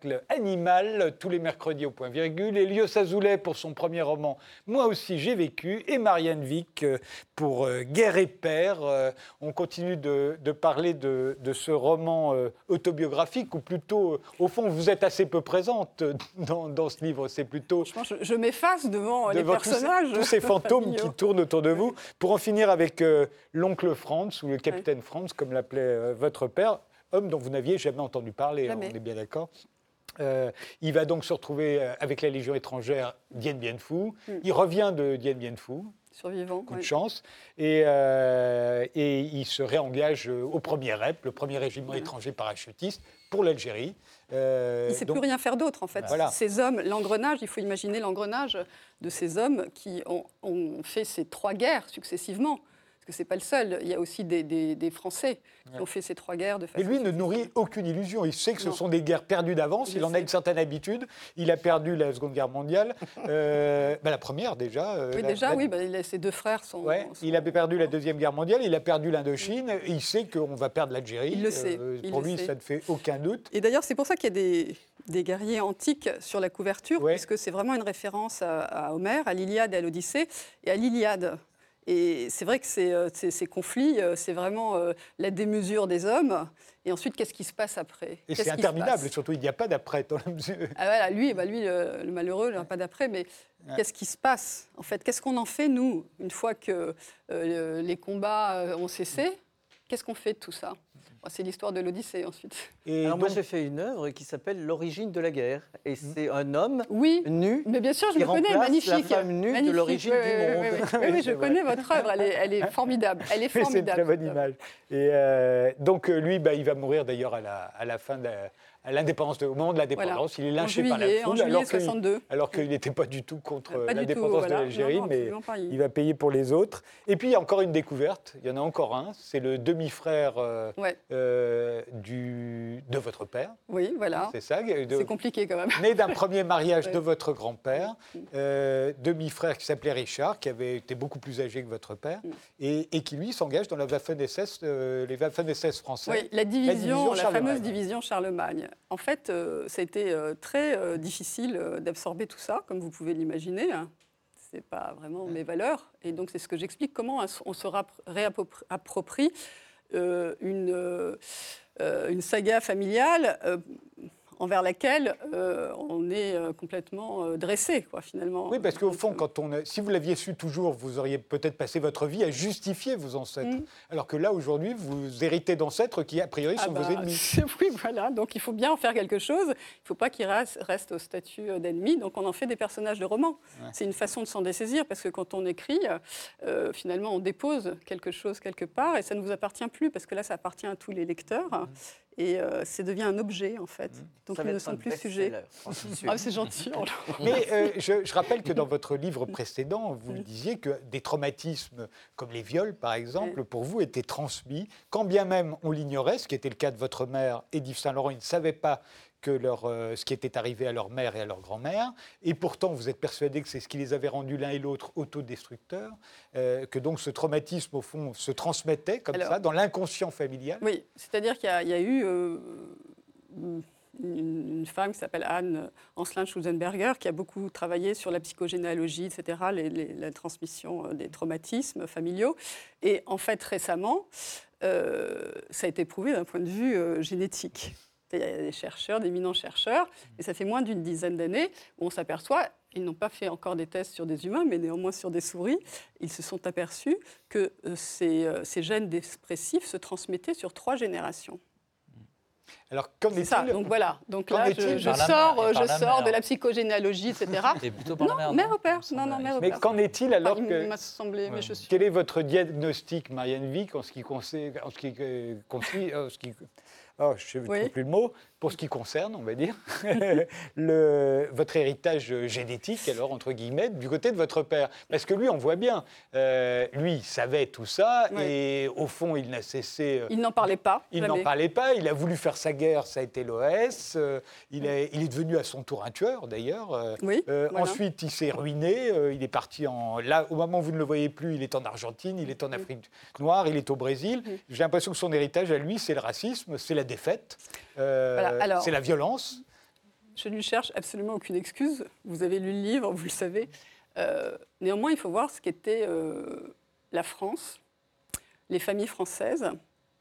Animal, tous les mercredis au point virgule. Elios Azoulay pour son premier roman Moi aussi j'ai vécu. Et Marianne Wick pour Guerre et Père. On continue de, de parler de, de ce roman autobiographique, ou plutôt, au fond, vous êtes assez peu présente dans, dans ce livre. C'est plutôt... Je, je, je m'efface devant, devant les personnages. Tous ces, tous ces fantômes qui tournent autour de vous. Pour en finir avec euh, l'oncle Franz, ou le capitaine ouais. Franz, comme l'appelait euh, votre père, homme dont vous n'aviez jamais entendu parler, jamais. On est bien d'accord. Euh, il va donc se retrouver avec la Légion étrangère Dien Bien Phu. Mm. Il revient de Dien Bien Phu. Survivant. Coup oui. de chance. Et, euh, et il se réengage au premier R E P, le premier régiment ouais. étranger parachutiste, pour l'Algérie. Euh, il ne sait donc, plus rien faire d'autre, en fait. Voilà. Ces hommes, l'engrenage, il faut imaginer l'engrenage de ces hommes qui ont, ont fait ces trois guerres successivement. Parce que ce n'est pas le seul. Il y a aussi des, des, des Français qui ouais. ont fait ces trois guerres de façon... Et lui ne nourrit aucune illusion. Il sait que non. ce sont des guerres perdues d'avance. Il, il en a une certaine habitude. Il a perdu la Seconde Guerre mondiale. euh, bah, la première, déjà. Euh, oui, la, déjà, la... oui. Bah, il a, ses deux frères sont, ouais. sont... Il a perdu la Deuxième Guerre mondiale. Il a perdu l'Indochine. Et il sait qu'on va perdre l'Algérie. Il le sait. Euh, il pour le lui, sait. ça ne fait aucun doute. Et d'ailleurs, c'est pour ça qu'il y a des... des guerriers antiques sur la couverture, ouais. puisque c'est vraiment une référence à, à Homère, à l'Iliade et à l'Odyssée, et à l'Iliade. Et c'est vrai que ces, ces, ces conflits, c'est vraiment euh, la démesure des hommes. Et ensuite, qu'est-ce qui se passe après ? Et c'est interminable, surtout, il n'y a pas d'après. Dans la mesure... ah, voilà, lui, bah, lui le, le malheureux, il n'y a pas d'après, mais ouais. qu'est-ce qui se passe ? En fait, qu'est-ce qu'on en fait, nous, une fois que euh, les combats ont cessé ? Qu'est-ce qu'on fait de tout ça ? C'est l'histoire de l'Odyssée, ensuite. Et Alors donc... moi, j'ai fait une œuvre qui s'appelle L'origine de la guerre. Et c'est un homme oui, nu mais bien sûr, je qui le connais, magnifique. la femme nue magnifique. de l'origine oui, du oui, monde. Oui, oui, oui, oui je connais votre œuvre, elle est, elle est formidable. Elle est formidable. C'est une très bonne image. Et euh, donc, lui, bah, il va mourir d'ailleurs à la, à la fin de la... à l'indépendance, au moment de l'indépendance, voilà. Il est lynché juillet, par la foule, alors qu'il, alors qu'il n'était pas du tout contre pas l'indépendance tout, voilà. de l'Algérie, non, non, mais pas, il... il va payer pour les autres. Et puis, il y a encore une découverte, il y en a encore un, c'est le demi-frère euh, ouais. euh, du, de votre père. Oui, voilà. C'est ça. De, c'est compliqué quand même. Né d'un premier mariage ouais. de votre grand-père, euh, demi-frère qui s'appelait Richard, qui avait été beaucoup plus âgé que votre père, mm. et, et qui, lui, s'engage dans la Waffen-S S, euh, les Waffen-S S français. Oui, la division, la, division la fameuse division Charlemagne. En fait, euh, ça a été euh, très euh, difficile euh, d'absorber tout ça, comme vous pouvez l'imaginer. Hein. Ce n'est pas vraiment mes valeurs. Et donc, c'est ce que j'explique, comment on se réapproprie euh, une, euh, une saga familiale. Euh, envers laquelle euh, on est euh, complètement euh, dressé, quoi, finalement. Oui, parce qu'au Donc, fond, euh, quand on, a- si vous l'aviez su toujours, vous auriez peut-être passé votre vie à justifier vos ancêtres. Mm. Alors que là, aujourd'hui, vous héritez d'ancêtres qui, a priori, ah sont bah, vos ennemis. c'est- Oui, voilà. Donc il faut bien en faire quelque chose. Il ne faut pas qu'il reste, reste au statut euh, d'ennemi. Donc on en fait des personnages de romans. Ouais. C'est une façon de s'en dessaisir parce que quand on écrit, euh, finalement, on dépose quelque chose quelque part et ça ne vous appartient plus parce que là, ça appartient à tous les lecteurs. Mm. Et euh, ça devient un objet, en fait. Donc Ça ils va ne être sont un plus best-seller, sujets. j'en suis sûr. Ah, c'est gentil. oh là. Mais euh, je, je rappelle que dans votre livre précédent, vous le disiez que des traumatismes comme les viols, par exemple, pour vous, étaient transmis, quand bien même on l'ignorait, ce qui était le cas de votre mère et d'Yves Saint-Laurent, ils ne savaient pas que leur, euh, ce qui était arrivé à leur mère et à leur grand-mère, et pourtant vous êtes persuadé que c'est ce qui les avait rendus l'un et l'autre autodestructeurs, euh, que donc ce traumatisme, au fond, se transmettait comme Alors, ça, dans l'inconscient familial. Oui, c'est-à-dire qu'il y, a- il y a eu euh, une, une femme qui s'appelle Anne Ancelin-Schulzenberger qui a beaucoup travaillé sur la psychogénéalogie, et cetera, les- les- la transmission euh, des traumatismes familiaux. Et en fait, récemment, euh, ça a été prouvé d'un point de vue euh, génétique. Il y a des chercheurs, d'éminents chercheurs, et ça fait moins d'une dizaine d'années où on s'aperçoit, ils n'ont pas fait encore des tests sur des humains, mais néanmoins sur des souris, ils se sont aperçus que euh, ces, euh, ces gènes dépressifs se transmettaient sur trois générations. Alors, qu'en C'est ça, est-il donc voilà. Donc Qu'en là, est-il je, je par la sors, mère et euh, par je la sors mère. de la psychogénéalogie, et cetera. Et plutôt par la mère. mère non au père, Il me non, semble. non, mère au Mais père. qu'en est-il alors Enfin, que... il m'a semblé, mais je suis... Quel est votre diagnostic, Marianne Vic, en ce qui concerne, en ce qui, euh, consi- en ce qui- oh, je ne Oui. trouve plus le mot, pour ce qui concerne, on va dire, le, votre héritage génétique, alors, entre guillemets, du côté de votre père. Parce que lui, on voit bien, euh, lui, il savait tout ça, Oui. et au fond, il n'a cessé... euh, Il n'en parlait pas. il n'en jamais. parlait pas, il a voulu faire sa guerre, ça a été l'O S, euh, il, est, il est devenu à son tour un tueur, d'ailleurs. euh, Oui, euh, voilà. Ensuite, il s'est ruiné, euh, il est parti en... Là, au moment où vous ne le voyez plus, il est en Argentine, il est en Afrique noire, il est au Brésil. J'ai l'impression que son héritage à lui, c'est le racisme, c'est la défaite, euh, Voilà, alors- c'est la violence. Je ne lui cherche absolument aucune excuse. Vous avez lu le livre, vous le savez. Euh, néanmoins, il faut voir ce qu'était euh, la France, les familles françaises,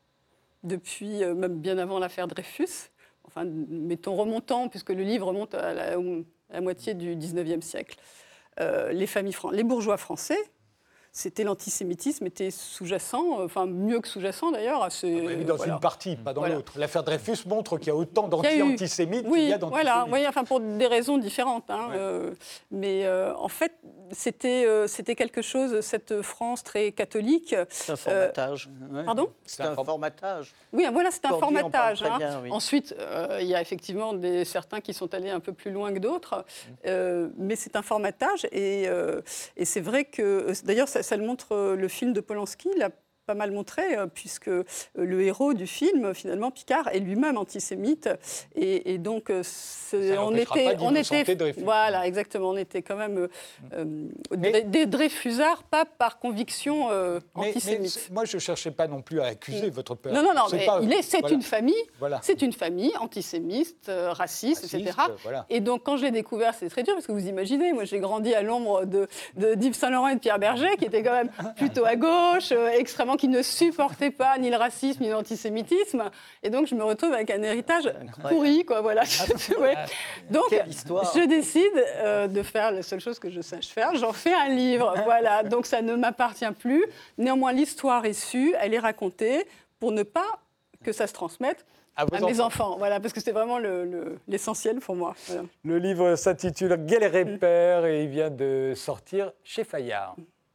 depuis, euh, même bien avant l'affaire Dreyfus, enfin, mettons remontant, puisque le livre remonte à la, à la moitié du dix-neuvième siècle. Euh, les, familles fran- les bourgeois français, c'était l'antisémitisme était sous-jacent, enfin mieux que sous-jacent d'ailleurs. à ces- Oui, dans voilà. une partie, pas dans Voilà. l'autre. L'affaire Dreyfus montre qu'il y a autant Il y a eu- d'anti-antisémites qu'il Oui, y a d'antisémites. voilà, oui, enfin pour des raisons différentes. hein, Ouais. euh, mais euh, en fait, c'était euh, c'était quelque chose, cette France très catholique. C'est un formatage. Ouais. Pardon C'est un form- formatage. Oui, voilà, c'est un Cordier en parle formatage. très hein. bien, oui. Ensuite, euh, il y a effectivement des, certains qui sont allés un peu plus loin que d'autres, euh, mais c'est un formatage. Et, euh, et c'est vrai que, d'ailleurs, ça, ça le montre, euh, le film de Polanski, l'a pas mal montré, euh, puisque euh, le héros du film, finalement, Picard, est lui-même antisémite. Et, et donc, euh, c'est- Ça on n'empêchera était... pas On d'innocenter était Dreyfus. voilà, exactement. On était quand même euh, euh, Mais- des, des Dreyfusards, pas par conviction euh, Mais- mais antisémite. c'est- moi, je ne cherchais pas non plus à accuser votre père. Non, non, non, C'est mais pas- il est, c'est voilà. une famille, Voilà. c'est une famille antisémite, euh, raciste, Raciste, et cetera. euh, voilà. Et donc, quand je l'ai découvert, c'était très dur, parce que vous imaginez, moi, j'ai grandi à l'ombre de, de d'Yves Saint-Laurent et de Pierre Berger, qui étaient quand même plutôt à gauche, euh, extrêmement, qui ne supportaient pas ni le racisme, ni l'antisémitisme. Et donc, je me retrouve avec un héritage pourri, quoi, voilà. Ouais. Donc, Quelle histoire. je décide euh, de faire la seule chose que je sache faire, j'en fais un livre, voilà. Donc, ça ne m'appartient plus. Néanmoins, l'histoire est sue, elle est racontée, pour ne pas que ça se transmette À vos à mes enfants. enfants, voilà, parce que c'est vraiment le- le- l'essentiel pour moi. Voilà. Le livre s'intitule Guerre et Père et il vient de sortir chez Fayard.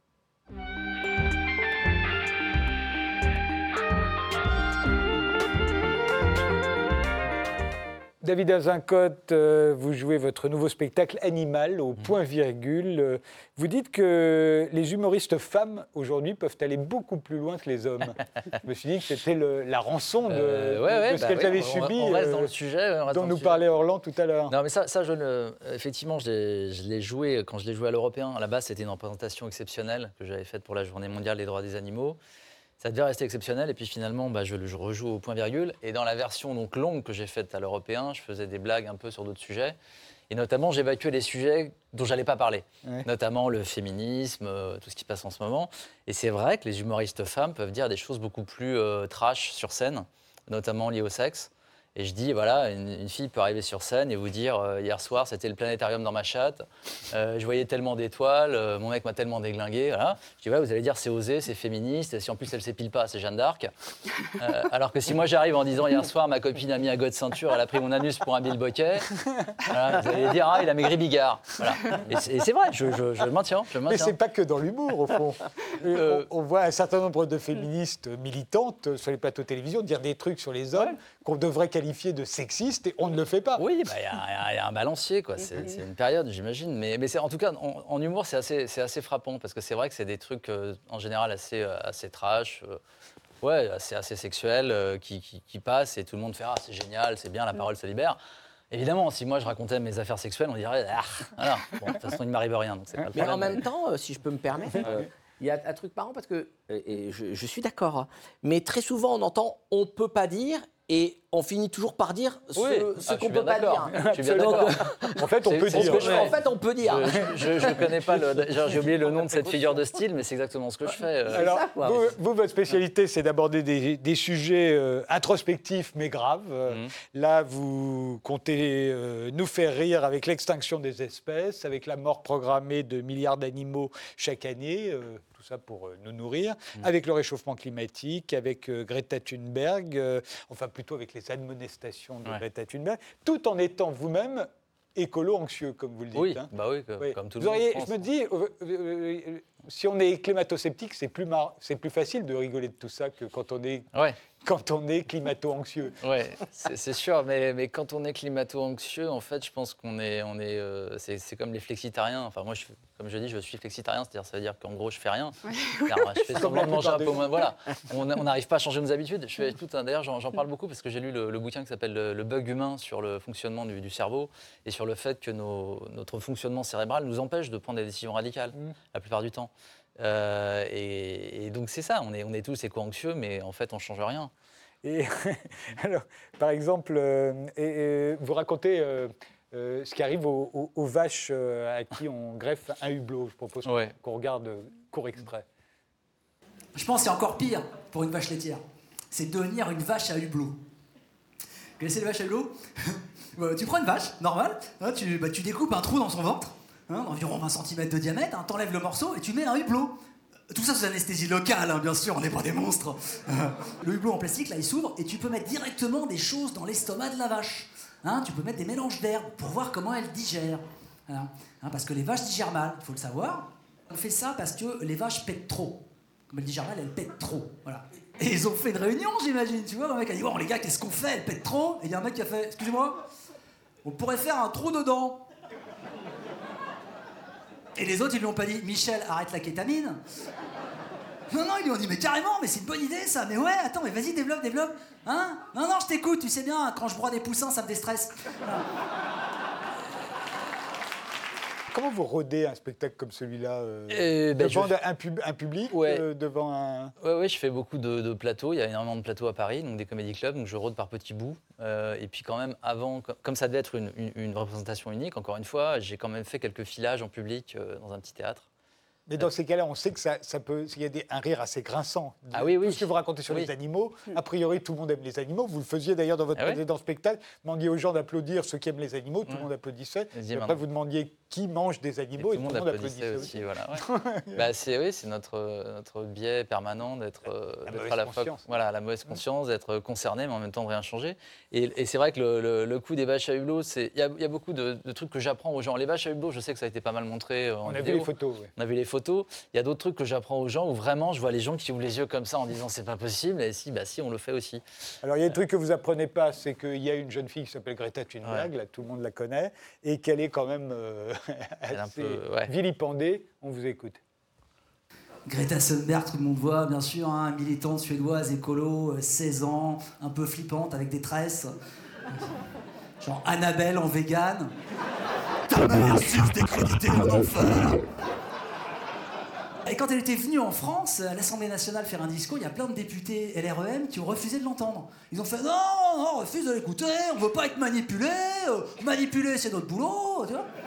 David Azincote, euh, vous jouez votre nouveau spectacle Animal au point-virgule. Euh, Vous dites que les humoristes femmes aujourd'hui peuvent aller beaucoup plus loin que les hommes. Je me suis dit que c'était le- la rançon de, Euh, ouais, de ouais, ce bah qu'elles oui, avaient on- subi, On reste euh, dans le sujet. ouais, on reste dont dans le nous sujet. parlait Orlan tout à l'heure. Non, mais ça, ça je le, effectivement, je l'ai, je l'ai joué quand je l'ai joué à l'Européen. À la base, c'était une représentation exceptionnelle que j'avais faite pour la Journée mondiale des droits des animaux. Ça devait rester exceptionnel, et puis finalement, bah, je, le- je rejoue au point-virgule. Et dans la version donc longue que j'ai faite à l'Européen, je faisais des blagues un peu sur d'autres sujets. Et notamment, j'évacuais les sujets dont j'allais pas parler, Ouais. notamment le féminisme, euh, tout ce qui se passe en ce moment. Et c'est vrai que les humoristes femmes peuvent dire des choses beaucoup plus euh, trash sur scène, notamment liées au sexe. Et je dis, voilà, une, une fille peut arriver sur scène et vous dire, euh, hier soir, c'était le planétarium dans ma chatte, euh, je voyais tellement d'étoiles, euh, mon mec m'a tellement déglingué, voilà. Je dis, ouais, vous allez dire, c'est osé, c'est féministe, et si en plus elle s'épile pas, c'est Jeanne d'Arc. Euh, alors que si moi j'arrive en disant, hier soir, ma copine a mis un go de ceinture, elle a pris mon anus pour un bilboquet, voilà, vous allez dire, ah, il a maigri Bigard. Voilà. Et c'est, et c'est vrai, je, je, je le maintiens, je le Mais maintiens. c'est pas que dans l'humour, au fond. Euh, on, on voit un certain nombre de féministes militantes sur les plateaux de télévision dire des trucs sur les hommes Ouais. qu'on devrait qualifier de sexistes et on ne le fait pas. Oui, bah, il bah, y, y, y a un balancier, quoi. C'est, c'est une période, j'imagine. Mais, mais c'est, en tout cas, en, en humour, c'est assez, c'est assez frappant parce que c'est vrai que c'est des trucs, euh, en général, assez, euh, assez trash, euh, ouais, assez, assez sexuels, euh, qui, qui, qui passent et tout le monde fait « Ah, c'est génial, c'est bien, la parole se libère ». Évidemment, si moi je racontais mes affaires sexuelles, on dirait ah, voilà. Bon, de toute façon, il ne m'arrive rien. Donc c'est pas le Mais en problème. même temps, euh, si je peux me permettre, euh, il y a un truc marrant parce que, et je, je suis d'accord, hein, mais très souvent on entend on ne peut pas dire et on finit toujours par dire ce, Oui. ce Ah, qu'on je suis ne bien peut pas d'accord. dire. Je suis bien Donc, d'accord. euh, En fait, on C'est- peut c'est dire. ce que je fais. en fait, on peut dire. Je ne connais pas le. Genre, j'ai oublié le nom de cette figure de style, mais c'est exactement ce que je fais. euh. Alors, ça, quoi. vous, vous, votre spécialité, c'est d'aborder des, des sujets euh, introspectifs mais graves. Euh, Mhm. Là, vous comptez euh, nous faire rire avec l'extinction des espèces, avec la mort programmée de milliards d'animaux chaque année. Euh, tout ça pour euh, nous nourrir, Mhm. avec le réchauffement climatique, avec euh, Greta Thunberg, euh, enfin plutôt avec les admonestations de Ouais. Greta Thunberg, tout en étant vous-même écolo-anxieux, comme vous le dites. Oui, hein. bah oui, que- Oui. comme tout Vous le monde. auriez- je pense. je me dis, euh, euh, euh, si on est climato-sceptique, c'est plus, mar- c'est plus facile de rigoler de tout ça que quand on est, Ouais. quand on est climato-anxieux. Ouais, c'est, c'est sûr, mais, mais quand on est climato-anxieux, en fait, je pense qu'on est, on est, euh, c'est, c'est comme les flexitariens. Enfin, moi, je, comme je dis, je suis flexitarien, c'est-à-dire, ça veut dire qu'en gros, je fais rien. C'est-à-dire, je fais Comme semblant la de manger un plupart peu des moins. Voilà, on on n'arrive pas à changer nos habitudes. Je fais tout un, d'ailleurs, j'en, j'en parle beaucoup parce que j'ai lu le, le bouquin qui s'appelle le, Le bug humain sur le fonctionnement du, du cerveau et sur le fait que nos, notre fonctionnement cérébral nous empêche de prendre des décisions radicales Mm. la plupart du temps. Euh, et, et donc c'est ça, on est, on est tous éco-anxieux, mais en fait, on change rien. Et alors, par exemple, euh, et, et vous racontez euh, euh, ce qui arrive aux, aux- aux vaches euh, à qui on greffe un hublot. Je propose Ouais. qu'on regarde euh, court extrait. Je pense que c'est encore pire pour une vache laitière. C'est devenir une vache à hublot. Vous connaissez les vaches à hublot? Bah, tu prends une vache, normale, hein, tu, bah, tu découpes un trou dans son ventre, hein, d'environ vingt centimètres de diamètre, hein, t'enlèves le morceau et tu mets un hublot. Tout ça sous anesthésie locale, hein, bien sûr, on n'est pas des monstres. Le hublot en plastique, là, il s'ouvre et tu peux mettre directement des choses dans l'estomac de la vache. Hein, tu peux mettre des mélanges d'herbes pour voir comment elle digère. Voilà. Hein, parce que les vaches digèrent mal, il faut le savoir. On fait ça parce que les vaches pètent trop. Comme elles digèrent mal, elles pètent trop. Voilà. Et ils ont fait une réunion, j'imagine, tu vois. Le mec a dit, bon, les gars, qu'est-ce qu'on fait? Elles pètent trop. Et il y a un mec qui a fait, excusez-moi, on pourrait faire un trou dedans. Et les autres, ils lui ont pas dit, Michel, arrête la kétamine. Non, non, ils lui ont dit, mais carrément, mais c'est une bonne idée, ça. Mais ouais, attends, mais vas-y, développe, développe. Hein? Non, non, je t'écoute, tu sais bien, quand je broie des poussins, ça me déstresse. Voilà. Comment vous rodez un spectacle comme celui-là euh, Euh, ben, devant je- un, pub- un public, Ouais. euh, devant un... Ouais, ouais, je fais beaucoup de, de plateaux. Il y a énormément de plateaux à Paris, donc des comédie clubs. Donc je rôde par petits bouts. Euh, et puis quand même, avant, co- comme ça devait être une, une- une représentation unique, encore une fois, j'ai quand même fait quelques filages en public euh, dans un petit théâtre. Mais dans ces cas-là, on sait que ça, ça peut, il y a des, un rire assez grinçant. Ah oui, oui. Tout ce que vous racontez sur Oui. les animaux, a priori, tout le monde aime les animaux. Vous le faisiez d'ailleurs dans votre Ah ouais précédent spectacle. Vous demandiez aux gens d'applaudir ceux qui aiment les animaux. Tout le Ouais. monde applaudissait. Je dis, Et après, maintenant. vous demandiez qui mange des Et animaux. Et, tout le monde applaudissait aussi. Voilà, ouais. Bah, c'est oui, c'est notre, notre biais permanent d'être euh, La d'être mauvaise à la fois conscience. voilà, la mauvaise conscience, d'être concerné, mais en même temps de rien changer. Et, et c'est vrai que le, le- le coup des vaches à hublot, c'est il y a, il y a beaucoup de, de trucs que j'apprends aux gens. Les vaches à hublot, je sais que ça a été pas mal montré euh, en On a vu vidéo. les photos. ouais. On a vu les photos. Il y a d'autres trucs que j'apprends aux gens où vraiment je vois les gens qui ouvrent les yeux comme ça en disant c'est pas possible. Et si, bah si, on le fait aussi. Alors, il y a un truc que vous apprenez pas, c'est qu'il y a une jeune fille qui s'appelle Greta Thunberg, là, tout le monde la connaît, et qu'elle est quand même euh, Elle est un assez peu, ouais. vilipendée. On vous écoute. Greta Thunberg, tout le monde voit, bien sûr, hein, militante suédoise, écolo, euh, seize ans, un peu flippante, avec des tresses. Genre Annabelle en vegan. Ta mère suce décrédité en enfer. Et quand elle était venue en France, à l'Assemblée nationale faire un discours, il y a plein de députés L R E M qui ont refusé de l'entendre. Ils ont fait non, non, on refuse de l'écouter, on veut pas être manipulé, euh, manipuler c'est notre boulot, tu vois.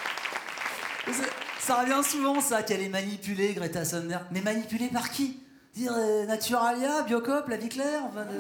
Et c'est- Ça revient souvent, ça, qu'elle est manipulée, Greta Thunberg. Mais manipulée par qui? Dire euh, Naturalia, Biocop, La Vie Claire, enfin... euh.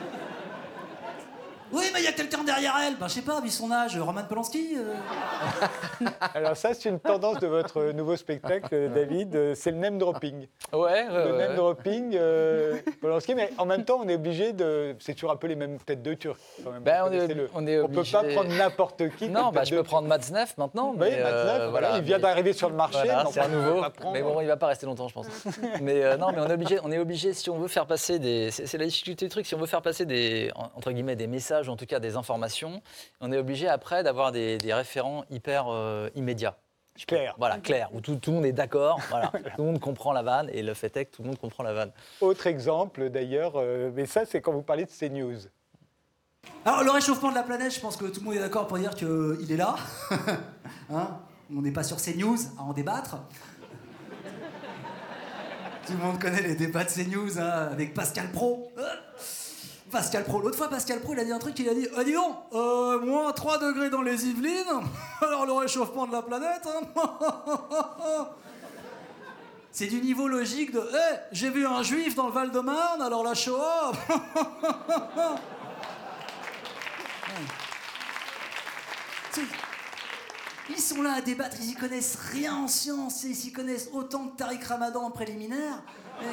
Oui, mais il y a quelqu'un derrière elle. Ben, je sais pas, vu son âge, Roman Polanski. euh. Alors ça, c'est une tendance de votre nouveau spectacle, David, euh, c'est le name dropping. Ouais, ouais, Le ouais, name ouais. dropping, euh, Polanski, mais en même temps, on est obligé de... C'est toujours un peu les mêmes têtes de Turcs, quand même. Ben, Vous on est- connaissez-le. on est On peut obligé- pas prendre n'importe qui. Non, comme bah, tête je de peux prendre Matzneff maintenant. Oui, mais, Matzneff, euh, voilà, il vient mais- d'arriver sur le marché. Voilà, donc c'est on un peut nouveau. pas prendre. Mais bon, il va pas rester longtemps, je pense. mais euh, non, mais on est obligé, on est obligé, si on veut faire passer des, c'est c'est la difficulté du truc, si on veut faire passer des, en- entre guillemets, des messages, en tout cas des informations, on est obligé après d'avoir des, des référents hyper euh, immédiats. Clair. Voilà, clair, où tout, tout le monde est d'accord, voilà, tout le monde comprend la vanne, et le fait est que tout le monde comprend la vanne. Autre exemple, d'ailleurs, euh, mais ça, c'est quand vous parlez de CNews. Alors, le réchauffement de la planète, je pense que tout le monde est d'accord pour dire qu'il est là. Hein, on n'est pas sur CNews à en débattre. Tout le monde connaît les débats de CNews hein, avec Pascal Praud. Euh, Pascal Praud. L'autre fois, Pascal Praud, il a dit un truc, il a dit Ah, dis donc, euh, moins trois degrés dans les Yvelines, alors le réchauffement de la planète. Hein. C'est du niveau logique de Hé, j'ai vu un juif dans le Val-de-Marne, alors la Shoah. C'est- Ils sont là à débattre, ils y connaissent rien en science, et ils s'y connaissent autant que Tariq Ramadan en préliminaire.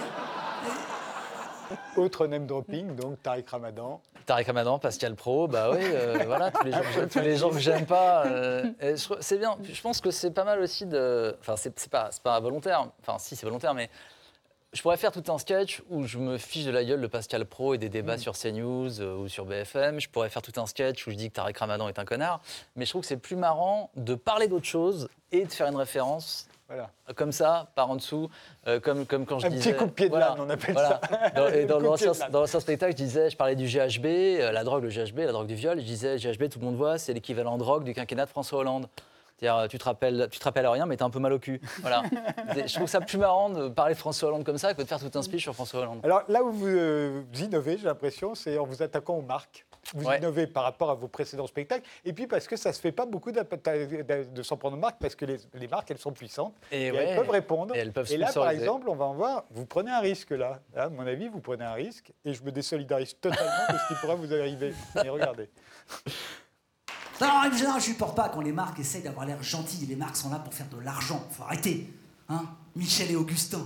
Et- Autre name dropping, donc Tariq Ramadan. Tariq Ramadan, Pascal Praud, bah oui, euh, voilà, tous les gens, que j'aime- tous les gens que j'aime pas. euh, et je trouve- c'est bien, je pense que c'est pas mal aussi de. Enfin, c'est c'est pas, c'est pas volontaire, enfin, si, c'est volontaire, mais. Je pourrais faire tout un sketch où je me fiche de la gueule de Pascal Praud et des débats Mmh. sur CNews euh, ou sur B F M. Je pourrais faire tout un sketch où je dis que Tariq Ramadan est un connard. Mais je trouve que c'est plus marrant de parler d'autre chose et de faire une référence Voilà. euh, comme ça, par en dessous, euh, comme, comme quand je Un disais... petit coup de pied de voilà, l'âne, on appelle voilà. ça. Dans, et dans Un coup de pied l'ancien de l'âne. dans l'ancien spectacle, je disais, je parlais du G H B, euh, la drogue, le G H B, la drogue du viol. Je disais, G H B, tout le monde voit, c'est l'équivalent drogue du quinquennat de François Hollande. C'est-à-dire, tu te rappelles, tu te rappelles à rien, mais t'as un peu mal au cul. Voilà. Je trouve ça plus marrant de parler de François Hollande comme ça que de faire tout un speech sur François Hollande. Alors là où vous, euh, vous innovez, j'ai l'impression, c'est en vous attaquant aux marques. Vous Ouais. innovez par rapport à vos précédents spectacles. Et puis parce que ça se fait pas beaucoup d'app- de, de s'en prendre aux marques, parce que les, les marques, elles sont puissantes. Et Et ouais. elles peuvent répondre. Et elles peuvent là, par sponsoriser. exemple, on va en voir, vous prenez un risque là. Là, à mon avis, vous prenez un risque. Et je me désolidarise totalement de ce qui pourrait vous arriver. Mais regardez. Non, en général, je supporte pas quand les marques essayent d'avoir l'air gentilles. Les marques sont là pour faire de l'argent. Faut arrêter. Hein, Michel et Augustin.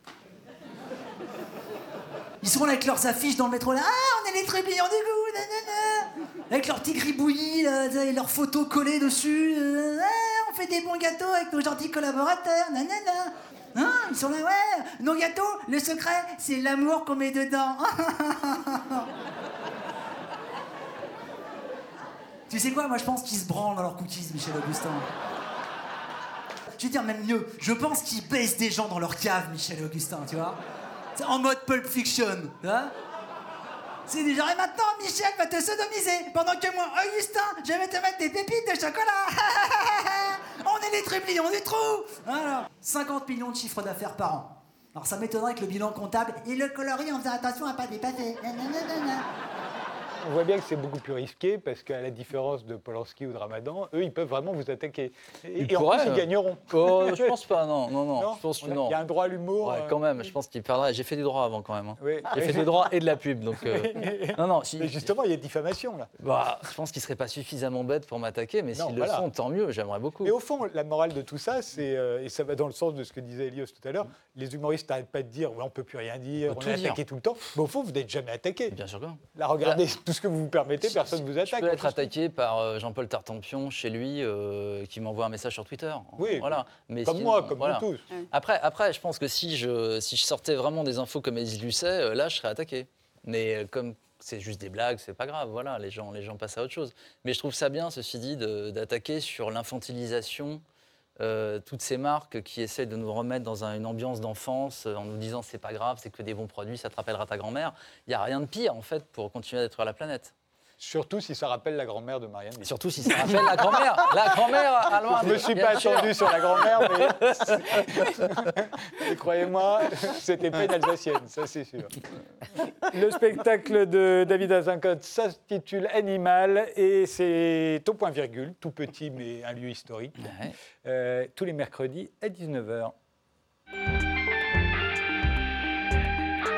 Ils sont là avec leurs affiches dans le métro là. Ah, on est les trébillons du goût, nanana. Avec leurs petits gribouillis, là, et leurs photos collées dessus. Euh, ah, on fait des bons gâteaux avec nos gentils collaborateurs, nanana. Hein, ils sont là, ouais. Nos gâteaux, le secret, c'est l'amour qu'on met dedans. Tu sais quoi, moi je pense qu'ils se branlent dans leurs cookies, Michel Augustin. Je vais dire même mieux, je pense qu'ils baissent des gens dans leur cave, Michel et Augustin, tu vois. C'est en mode Pulp Fiction, tu vois. C'est du genre, et maintenant Michel va te sodomiser, pendant que moi, Augustin, je vais te mettre des pépites de chocolat. On est les trublions du trou. Voilà. cinquante millions de chiffres d'affaires par an. Alors ça m'étonnerait que le bilan comptable et le coloris en faisant attention à pas dépasser. Nanana. On voit bien que c'est beaucoup plus risqué parce qu'à la différence de Polanski ou de Ramadan, eux, ils peuvent vraiment vous attaquer. Et, Ils et en pourraient, plus, ils euh, gagneront. Oh, je pense pas, non, non, non. Non, je pense que on a- non. Il y a un droit à l'humour. Ouais, euh, quand même, je pense qu'il perdrait. J'ai fait du droit avant quand même. hein. Oui. J'ai fait du droit et de la pub, donc. euh, Non, non. Si, Mais justement, il y a diffamation là. bah, je pense qu'ils seraient pas suffisamment bêtes pour m'attaquer, mais Non, s'ils voilà. le sont, tant mieux. J'aimerais beaucoup. Et au fond, la morale de tout ça, c'est, euh, et ça va dans le sens de ce que disait Elios tout à l'heure, les humoristes n'arrêtent pas de dire ouais, on ne peut plus rien dire, On peut on tout est dire. attaqué tout le temps. Mais au fond, vous n'êtes jamais attaqué. Bien sûr que non. Là, regardez tout ce que vous vous permettez, personne ne vous Je attaque. peux être attaqué par euh, Jean-Paul Tartampion chez lui, euh, qui m'envoie un message sur Twitter. Oui, voilà. Mais Comme sinon, moi, comme voilà. nous tous. Après, après, je pense que si je, si je sortais vraiment des infos comme Élise Lucet, euh, là, je serais attaqué. Mais euh, comme c'est juste des blagues, c'est pas grave, voilà, les gens, les gens passent à autre chose. Mais je trouve ça bien, ceci dit, de- d'attaquer sur l'infantilisation, euh, toutes ces marques qui essaient de nous remettre dans un- une ambiance d'enfance euh, en nous disant c'est pas grave, c'est que des bons produits, ça te rappellera ta grand-mère. Il n'y a rien de pire, en fait, pour continuer à détruire la planète. Surtout si ça rappelle la grand-mère de Marianne. Et surtout si ça rappelle la grand-mère. La grand-mère allemande. Je ne me suis bien pas sûr. attendu sur la grand-mère, mais et croyez-moi, c'était pas une alsacienne, ça c'est sûr. Le spectacle de David Azincote s'intitule Animal et c'est au point virgule, tout petit mais un lieu historique, Ouais. euh, tous les mercredis à dix-neuf heures.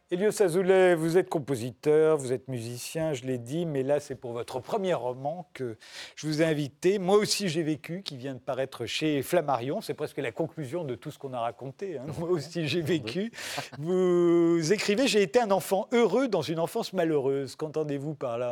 Elios Azoulay, vous êtes compositeur, vous êtes musicien, je l'ai dit, mais là, c'est pour votre premier roman que je vous ai invité. Moi aussi, j'ai vécu, qui vient de paraître chez Flammarion. C'est presque la conclusion de tout ce qu'on a raconté. Hein. Moi aussi, j'ai vécu. Vous écrivez « J'ai été un enfant heureux dans une enfance malheureuse ». Qu'entendez-vous par là ?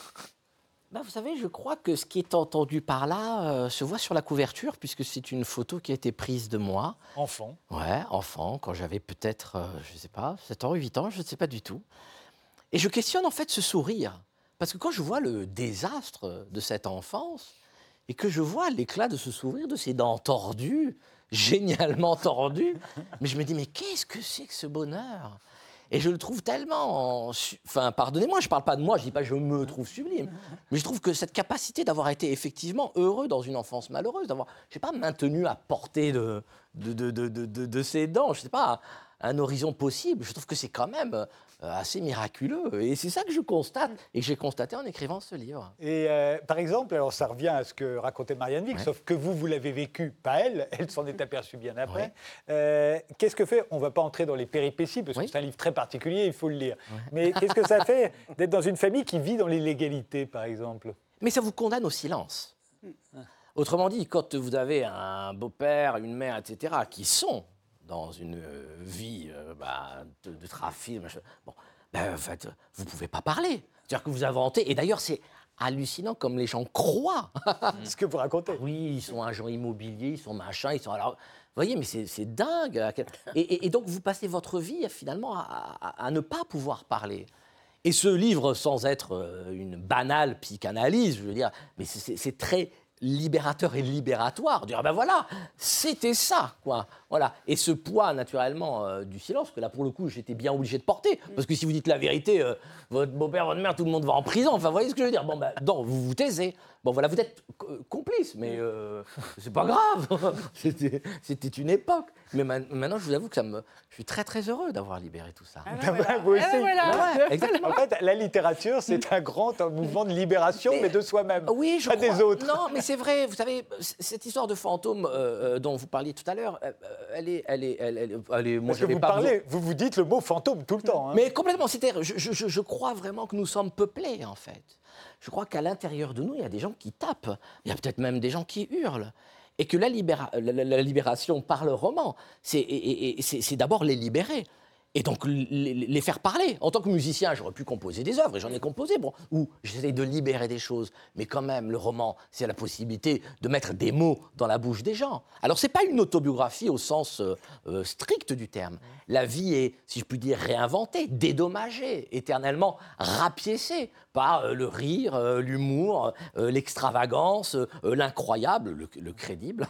Ben, vous savez, je crois que ce qui est entendu par là euh, se voit sur la couverture, puisque c'est une photo qui a été prise de moi. Enfant. Ouais, enfant, quand j'avais peut-être, euh, je ne sais pas, sept ans, huit ans, je ne sais pas du tout. Et je questionne en fait ce sourire. Parce que quand je vois le désastre de cette enfance, et que je vois l'éclat de ce sourire, de ses dents tordues, génialement tordues, mais je me dis, mais qu'est-ce que c'est que ce bonheur ? Et je le trouve tellement... Enfin, pardonnez-moi, je ne parle pas de moi, je ne dis pas je me trouve sublime. Mais je trouve que cette capacité d'avoir été effectivement heureux dans une enfance malheureuse, d'avoir, je ne sais pas, maintenu à portée de, de, de, de, de, de ses dents, je ne sais pas, un, un horizon possible, je trouve que c'est quand même euh, assez miraculeux. Et c'est ça que je constate, et que j'ai constaté en écrivant ce livre. Et euh, par exemple, alors ça revient à ce que racontait Marianne Vic, Ouais. sauf que vous, vous l'avez vécu, pas elle, elle s'en est aperçue bien après. Ouais. Euh, qu'est-ce que fait, on ne va pas entrer dans les péripéties, parce Oui. que c'est un livre très particulier, il faut le lire. Ouais. Mais qu'est-ce que ça fait d'être dans une famille qui vit dans l'illégalité, par exemple ? Mais ça vous condamne au silence. Autrement dit, quand vous avez un beau-père, une mère, et cetera, qui sont dans une euh, vie euh, bah, de, de trafic, machin, bon, ben, en fait, vous ne pouvez pas parler. C'est-à-dire que vous inventez, et d'ailleurs, c'est hallucinant comme les gens croient. Ce que vous racontez. Oui, ils sont agents immobiliers, ils sont machins, ils sont... Alors, vous voyez, mais c'est, c'est dingue. à quel- Et, et- et donc, vous passez votre vie, finalement, à, à- à ne pas pouvoir parler. Et ce livre, sans être euh, une banale psychanalyse, je veux dire, mais c'est, c'est- c'est très libérateur et libératoire. Dire, ben voilà, c'était ça, quoi. Voilà. Et ce poids, naturellement, euh, du silence, que là, pour le coup, j'étais bien obligé de porter. Parce que si vous dites la vérité, euh, votre beau-père, votre mère, tout le monde va en prison. Enfin, vous voyez ce que je veux dire ? Bon, ben, non, vous vous taisez. Bon, voilà, vous êtes co- complice, mais euh, c'est pas grave. c'était, c'était une époque. Mais man- maintenant, je vous avoue que ça me... je suis très, très heureux d'avoir libéré tout ça. Ah ben voilà. Vous aussi. Ah ben voilà. Ouais, exactement. En fait, la littérature, c'est un grand un mouvement de libération, mais, Mais- de soi-même, Oui, je pas crois. des autres. Non, mais c'est vrai. Vous savez, c- cette histoire de fantôme euh, euh, dont vous parliez tout à l'heure, euh, euh, elle est, elle est, elle, elle- elle est- moi, Parce que j'avais vous pas parlez, vous vous dites le mot fantôme tout le temps. Hein. Mais complètement, c'est-à-dire, je, je- je crois vraiment que nous sommes peuplés, en fait. Je crois qu'à l'intérieur de nous, il y a des gens qui tapent, il y a peut-être même des gens qui hurlent. Et que la, libéra- la- la- la libération par le roman, c'est, et- et- et c'est, c'est d'abord les libérer. Et donc les, les faire parler. En tant que musicien, j'aurais pu composer des œuvres, et j'en ai composé, bon, où j'essaie de libérer des choses. Mais quand même, le roman, c'est la possibilité de mettre des mots dans la bouche des gens. Alors, ce n'est pas une autobiographie au sens euh, euh, strict du terme. La vie est, si je puis dire, réinventée, dédommagée, éternellement rapiécée par euh, le rire, euh, l'humour, euh, l'extravagance, euh, l'incroyable, le, le crédible.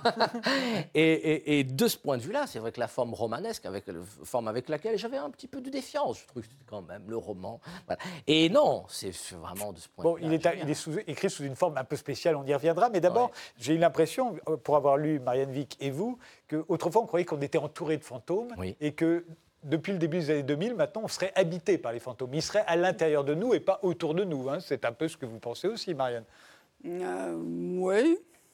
et, et- et de ce point de vue-là, c'est vrai que la forme romanesque, avec, la forme avec laquelle j'avais un petit peu de défiance, je trouve que c'était quand même le roman. Voilà. Et non, c'est vraiment de ce point Bon, de vue-là. il est, j'aime il bien. est sous- écrit sous une forme un peu spéciale, on y reviendra. Mais d'abord, Ouais. j'ai eu l'impression, euh, pour avoir lu Marianne Vic et vous, qu'autrefois on croyait qu'on était entouré de fantômes Oui. et que depuis le début des années deux mille, maintenant, on serait habité par les fantômes. Ils seraient à l'intérieur de nous et pas autour de nous. Hein. C'est un peu ce que vous pensez aussi, Marianne. Euh, oui.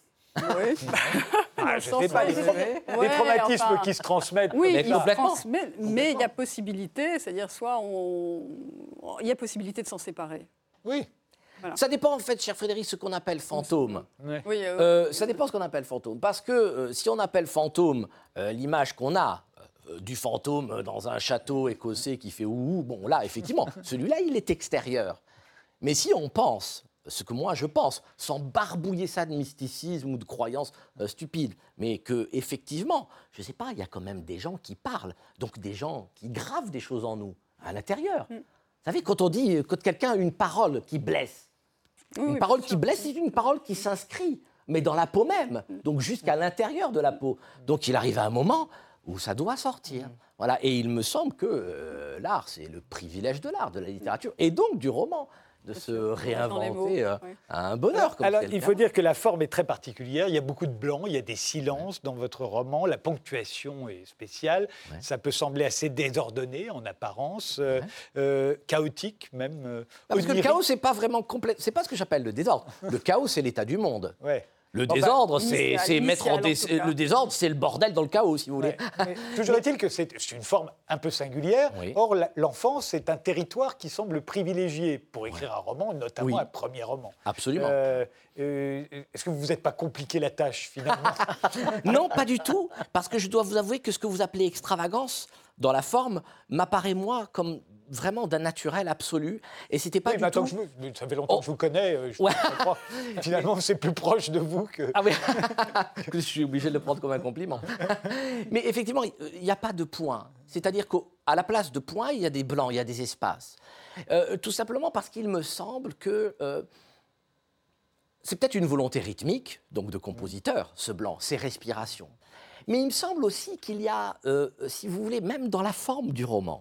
Oui. Ah, je sais pas, les, tra- les Ouais, traumatismes enfin, qui se transmettent. Oui, Mais il se complètement. transmet, mais il y a possibilité, c'est-à-dire soit on, il y a possibilité de s'en séparer. Oui. Ça dépend en fait, cher Frédéric, ce qu'on appelle fantôme. Ouais. Oui, euh, Euh, ça dépend ce qu'on appelle fantôme. Parce que euh, si on appelle fantôme euh, l'image qu'on a euh, du fantôme dans un château écossais qui fait ouh, bon là, effectivement, celui-là, il est extérieur. Mais si on pense, ce que moi je pense, sans barbouiller ça de mysticisme ou de croyances euh, stupides, mais que effectivement, je ne sais pas, il y a quand même des gens qui parlent, donc des gens qui gravent des choses en nous, à l'intérieur. Vous savez, quand on dit, quand quelqu'un a une parole qui blesse, oui, une oui, parole bien qui sûr. blesse, c'est une parole qui s'inscrit, mais dans la peau même, donc jusqu'à l'intérieur de la peau. Donc il arrive à un moment où ça doit sortir. Voilà. Et il me semble que euh, l'art, c'est le privilège de l'art, de la littérature, et donc du roman, de se dans les mots, réinventer euh, oui. à un bonheur. Comme Alors, c'est le il cas. faut dire que la forme est très particulière. Il y a beaucoup de blanc, il y a des silences dans votre roman. La ponctuation est spéciale. Ouais. Ça peut sembler assez désordonné en apparence, euh, Ouais. euh, chaotique même. euh, Parce que le onirique. chaos, c'est pas vraiment complet. C'est pas ce que j'appelle le désordre. Le chaos, c'est l'état du monde. Ouais. Le Enfin, désordre, c'est initial, c'est mettre en initial, en dé- tout cas. le désordre, c'est le bordel dans le chaos, si vous voulez. Ouais. Mais toujours est-il que c'est c'est une forme un peu singulière. Oui. Or, la- l'enfance est un territoire qui semble privilégié pour écrire un roman, notamment Oui. un premier roman. Absolument. Euh, euh, Est-ce que vous vous êtes pas compliqué la tâche, finalement? Non, pas du tout, parce que je dois vous avouer que ce que vous appelez extravagance, dans la forme, m'apparaît, moi, comme vraiment d'un naturel absolu. Et c'était pas Oui, du mais attends, tout... que je me- ça fait longtemps Oh. que je vous connais. euh, Je Ouais. crois. Finalement, c'est plus proche de vous que... Ah oui, je suis obligé de le prendre comme un compliment. Mais effectivement, il n'y a pas de point. C'est-à-dire qu'à la place de points, il y a des blancs, il y a des espaces. Euh, tout simplement parce qu'il me semble que euh, c'est peut-être une volonté rythmique, donc de compositeur, ce blanc, ces respirations. Mais il me semble aussi qu'il y a, euh, si vous voulez, même dans la forme du roman,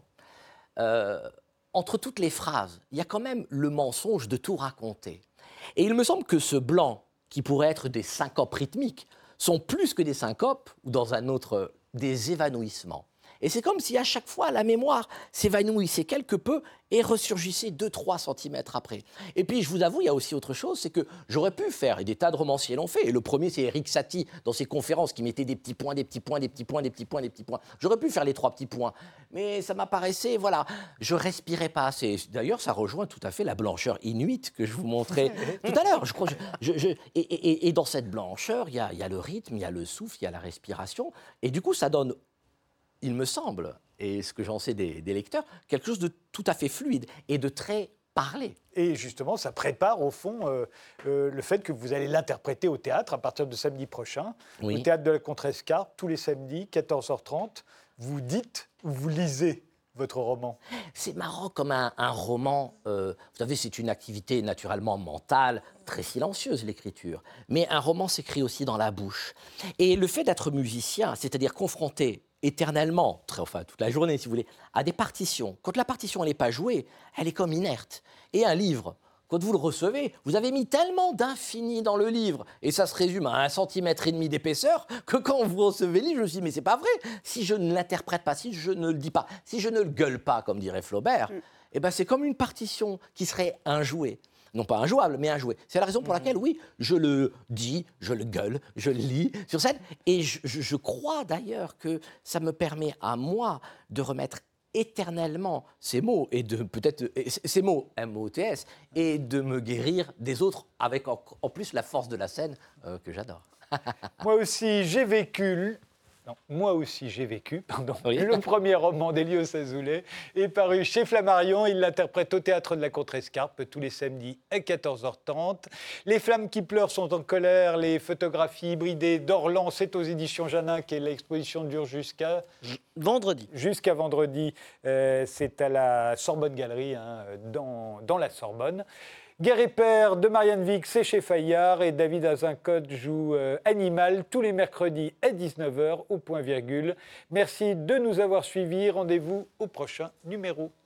euh, entre toutes les phrases, il y a quand même le mensonge de tout raconter. Et il me semble que ce blanc, qui pourrait être des syncopes rythmiques, sont plus que des syncopes, ou dans un autre, des évanouissements. Et c'est comme si à chaque fois la mémoire s'évanouissait quelque peu et ressurgissait deux à trois centimètres après. Et puis je vous avoue, il y a aussi autre chose, c'est que j'aurais pu faire, et des tas de romanciers l'ont fait, et le premier c'est Éric Satie dans ses conférences qui mettait des petits points, des petits points, des petits points, des petits points, des petits points. J'aurais pu faire les trois petits points, mais ça m'apparaissait, voilà, je respirais pas assez. D'ailleurs, ça rejoint tout à fait la blancheur inuite que je vous montrais tout à l'heure. Je crois, je, je, je- et, et- et dans cette blancheur, il y a, il y a le rythme, il y a le souffle, il y a la respiration, et du coup ça donne, il me semble, et ce que j'en sais des, des lecteurs, quelque chose de tout à fait fluide et de très parlé. Et justement, ça prépare au fond euh, euh, le fait que vous allez l'interpréter au théâtre à partir de samedi prochain, Oui. au théâtre de la Contrescarpe, tous les samedis, quatorze heures trente. Vous dites ou vous lisez votre roman. C'est marrant comme un, un roman, euh, vous savez, c'est une activité naturellement mentale, très silencieuse l'écriture, mais un roman s'écrit aussi dans la bouche. Et le fait d'être musicien, c'est-à-dire confronté éternellement, très, enfin toute la journée si vous voulez, à des partitions, quand la partition elle n'est pas jouée, elle est comme inerte. Et un livre, quand vous le recevez, vous avez mis tellement d'infini dans le livre, et ça se résume à un centimètre et demi d'épaisseur, que quand vous recevez le livre, je me suis dit, mais c'est pas vrai, si je ne l'interprète pas, si je ne le dis pas, si je ne le gueule pas, comme dirait Flaubert, eh ben c'est comme une partition qui serait injouée. Non pas injouable, mais injouée. C'est la raison pour laquelle, oui, je le dis, je le gueule, je le lis sur scène, et je, je- je crois d'ailleurs que ça me permet à moi de remettre éternellement ces mots, et de peut-être et c- ces mots, M O T S, et de me guérir des autres, avec en, en plus la force de la scène euh, que j'adore. Moi aussi, j'ai vécu... Non, moi aussi, j'ai vécu, pardon. Oui. Le premier roman d'Hélios Azoulay est paru chez Flammarion. Il l'interprète au Théâtre de la Contrescarpe tous les samedis à quatorze heures trente. Les flammes qui pleurent sont en colère. Les photographies hybridées d'Orlan, c'est aux éditions Janin, et l'exposition dure jusqu'à... Vendredi. Jusqu'à vendredi, euh, c'est à la Sorbonne Galerie, hein, dans, dans la Sorbonne. Guerre et Père de Marianne Vic, c'est chez Fayard, et David Azincote joue euh, Animal tous les mercredis à dix-neuf heures au point virgule. Merci de nous avoir suivis. Rendez-vous au prochain numéro.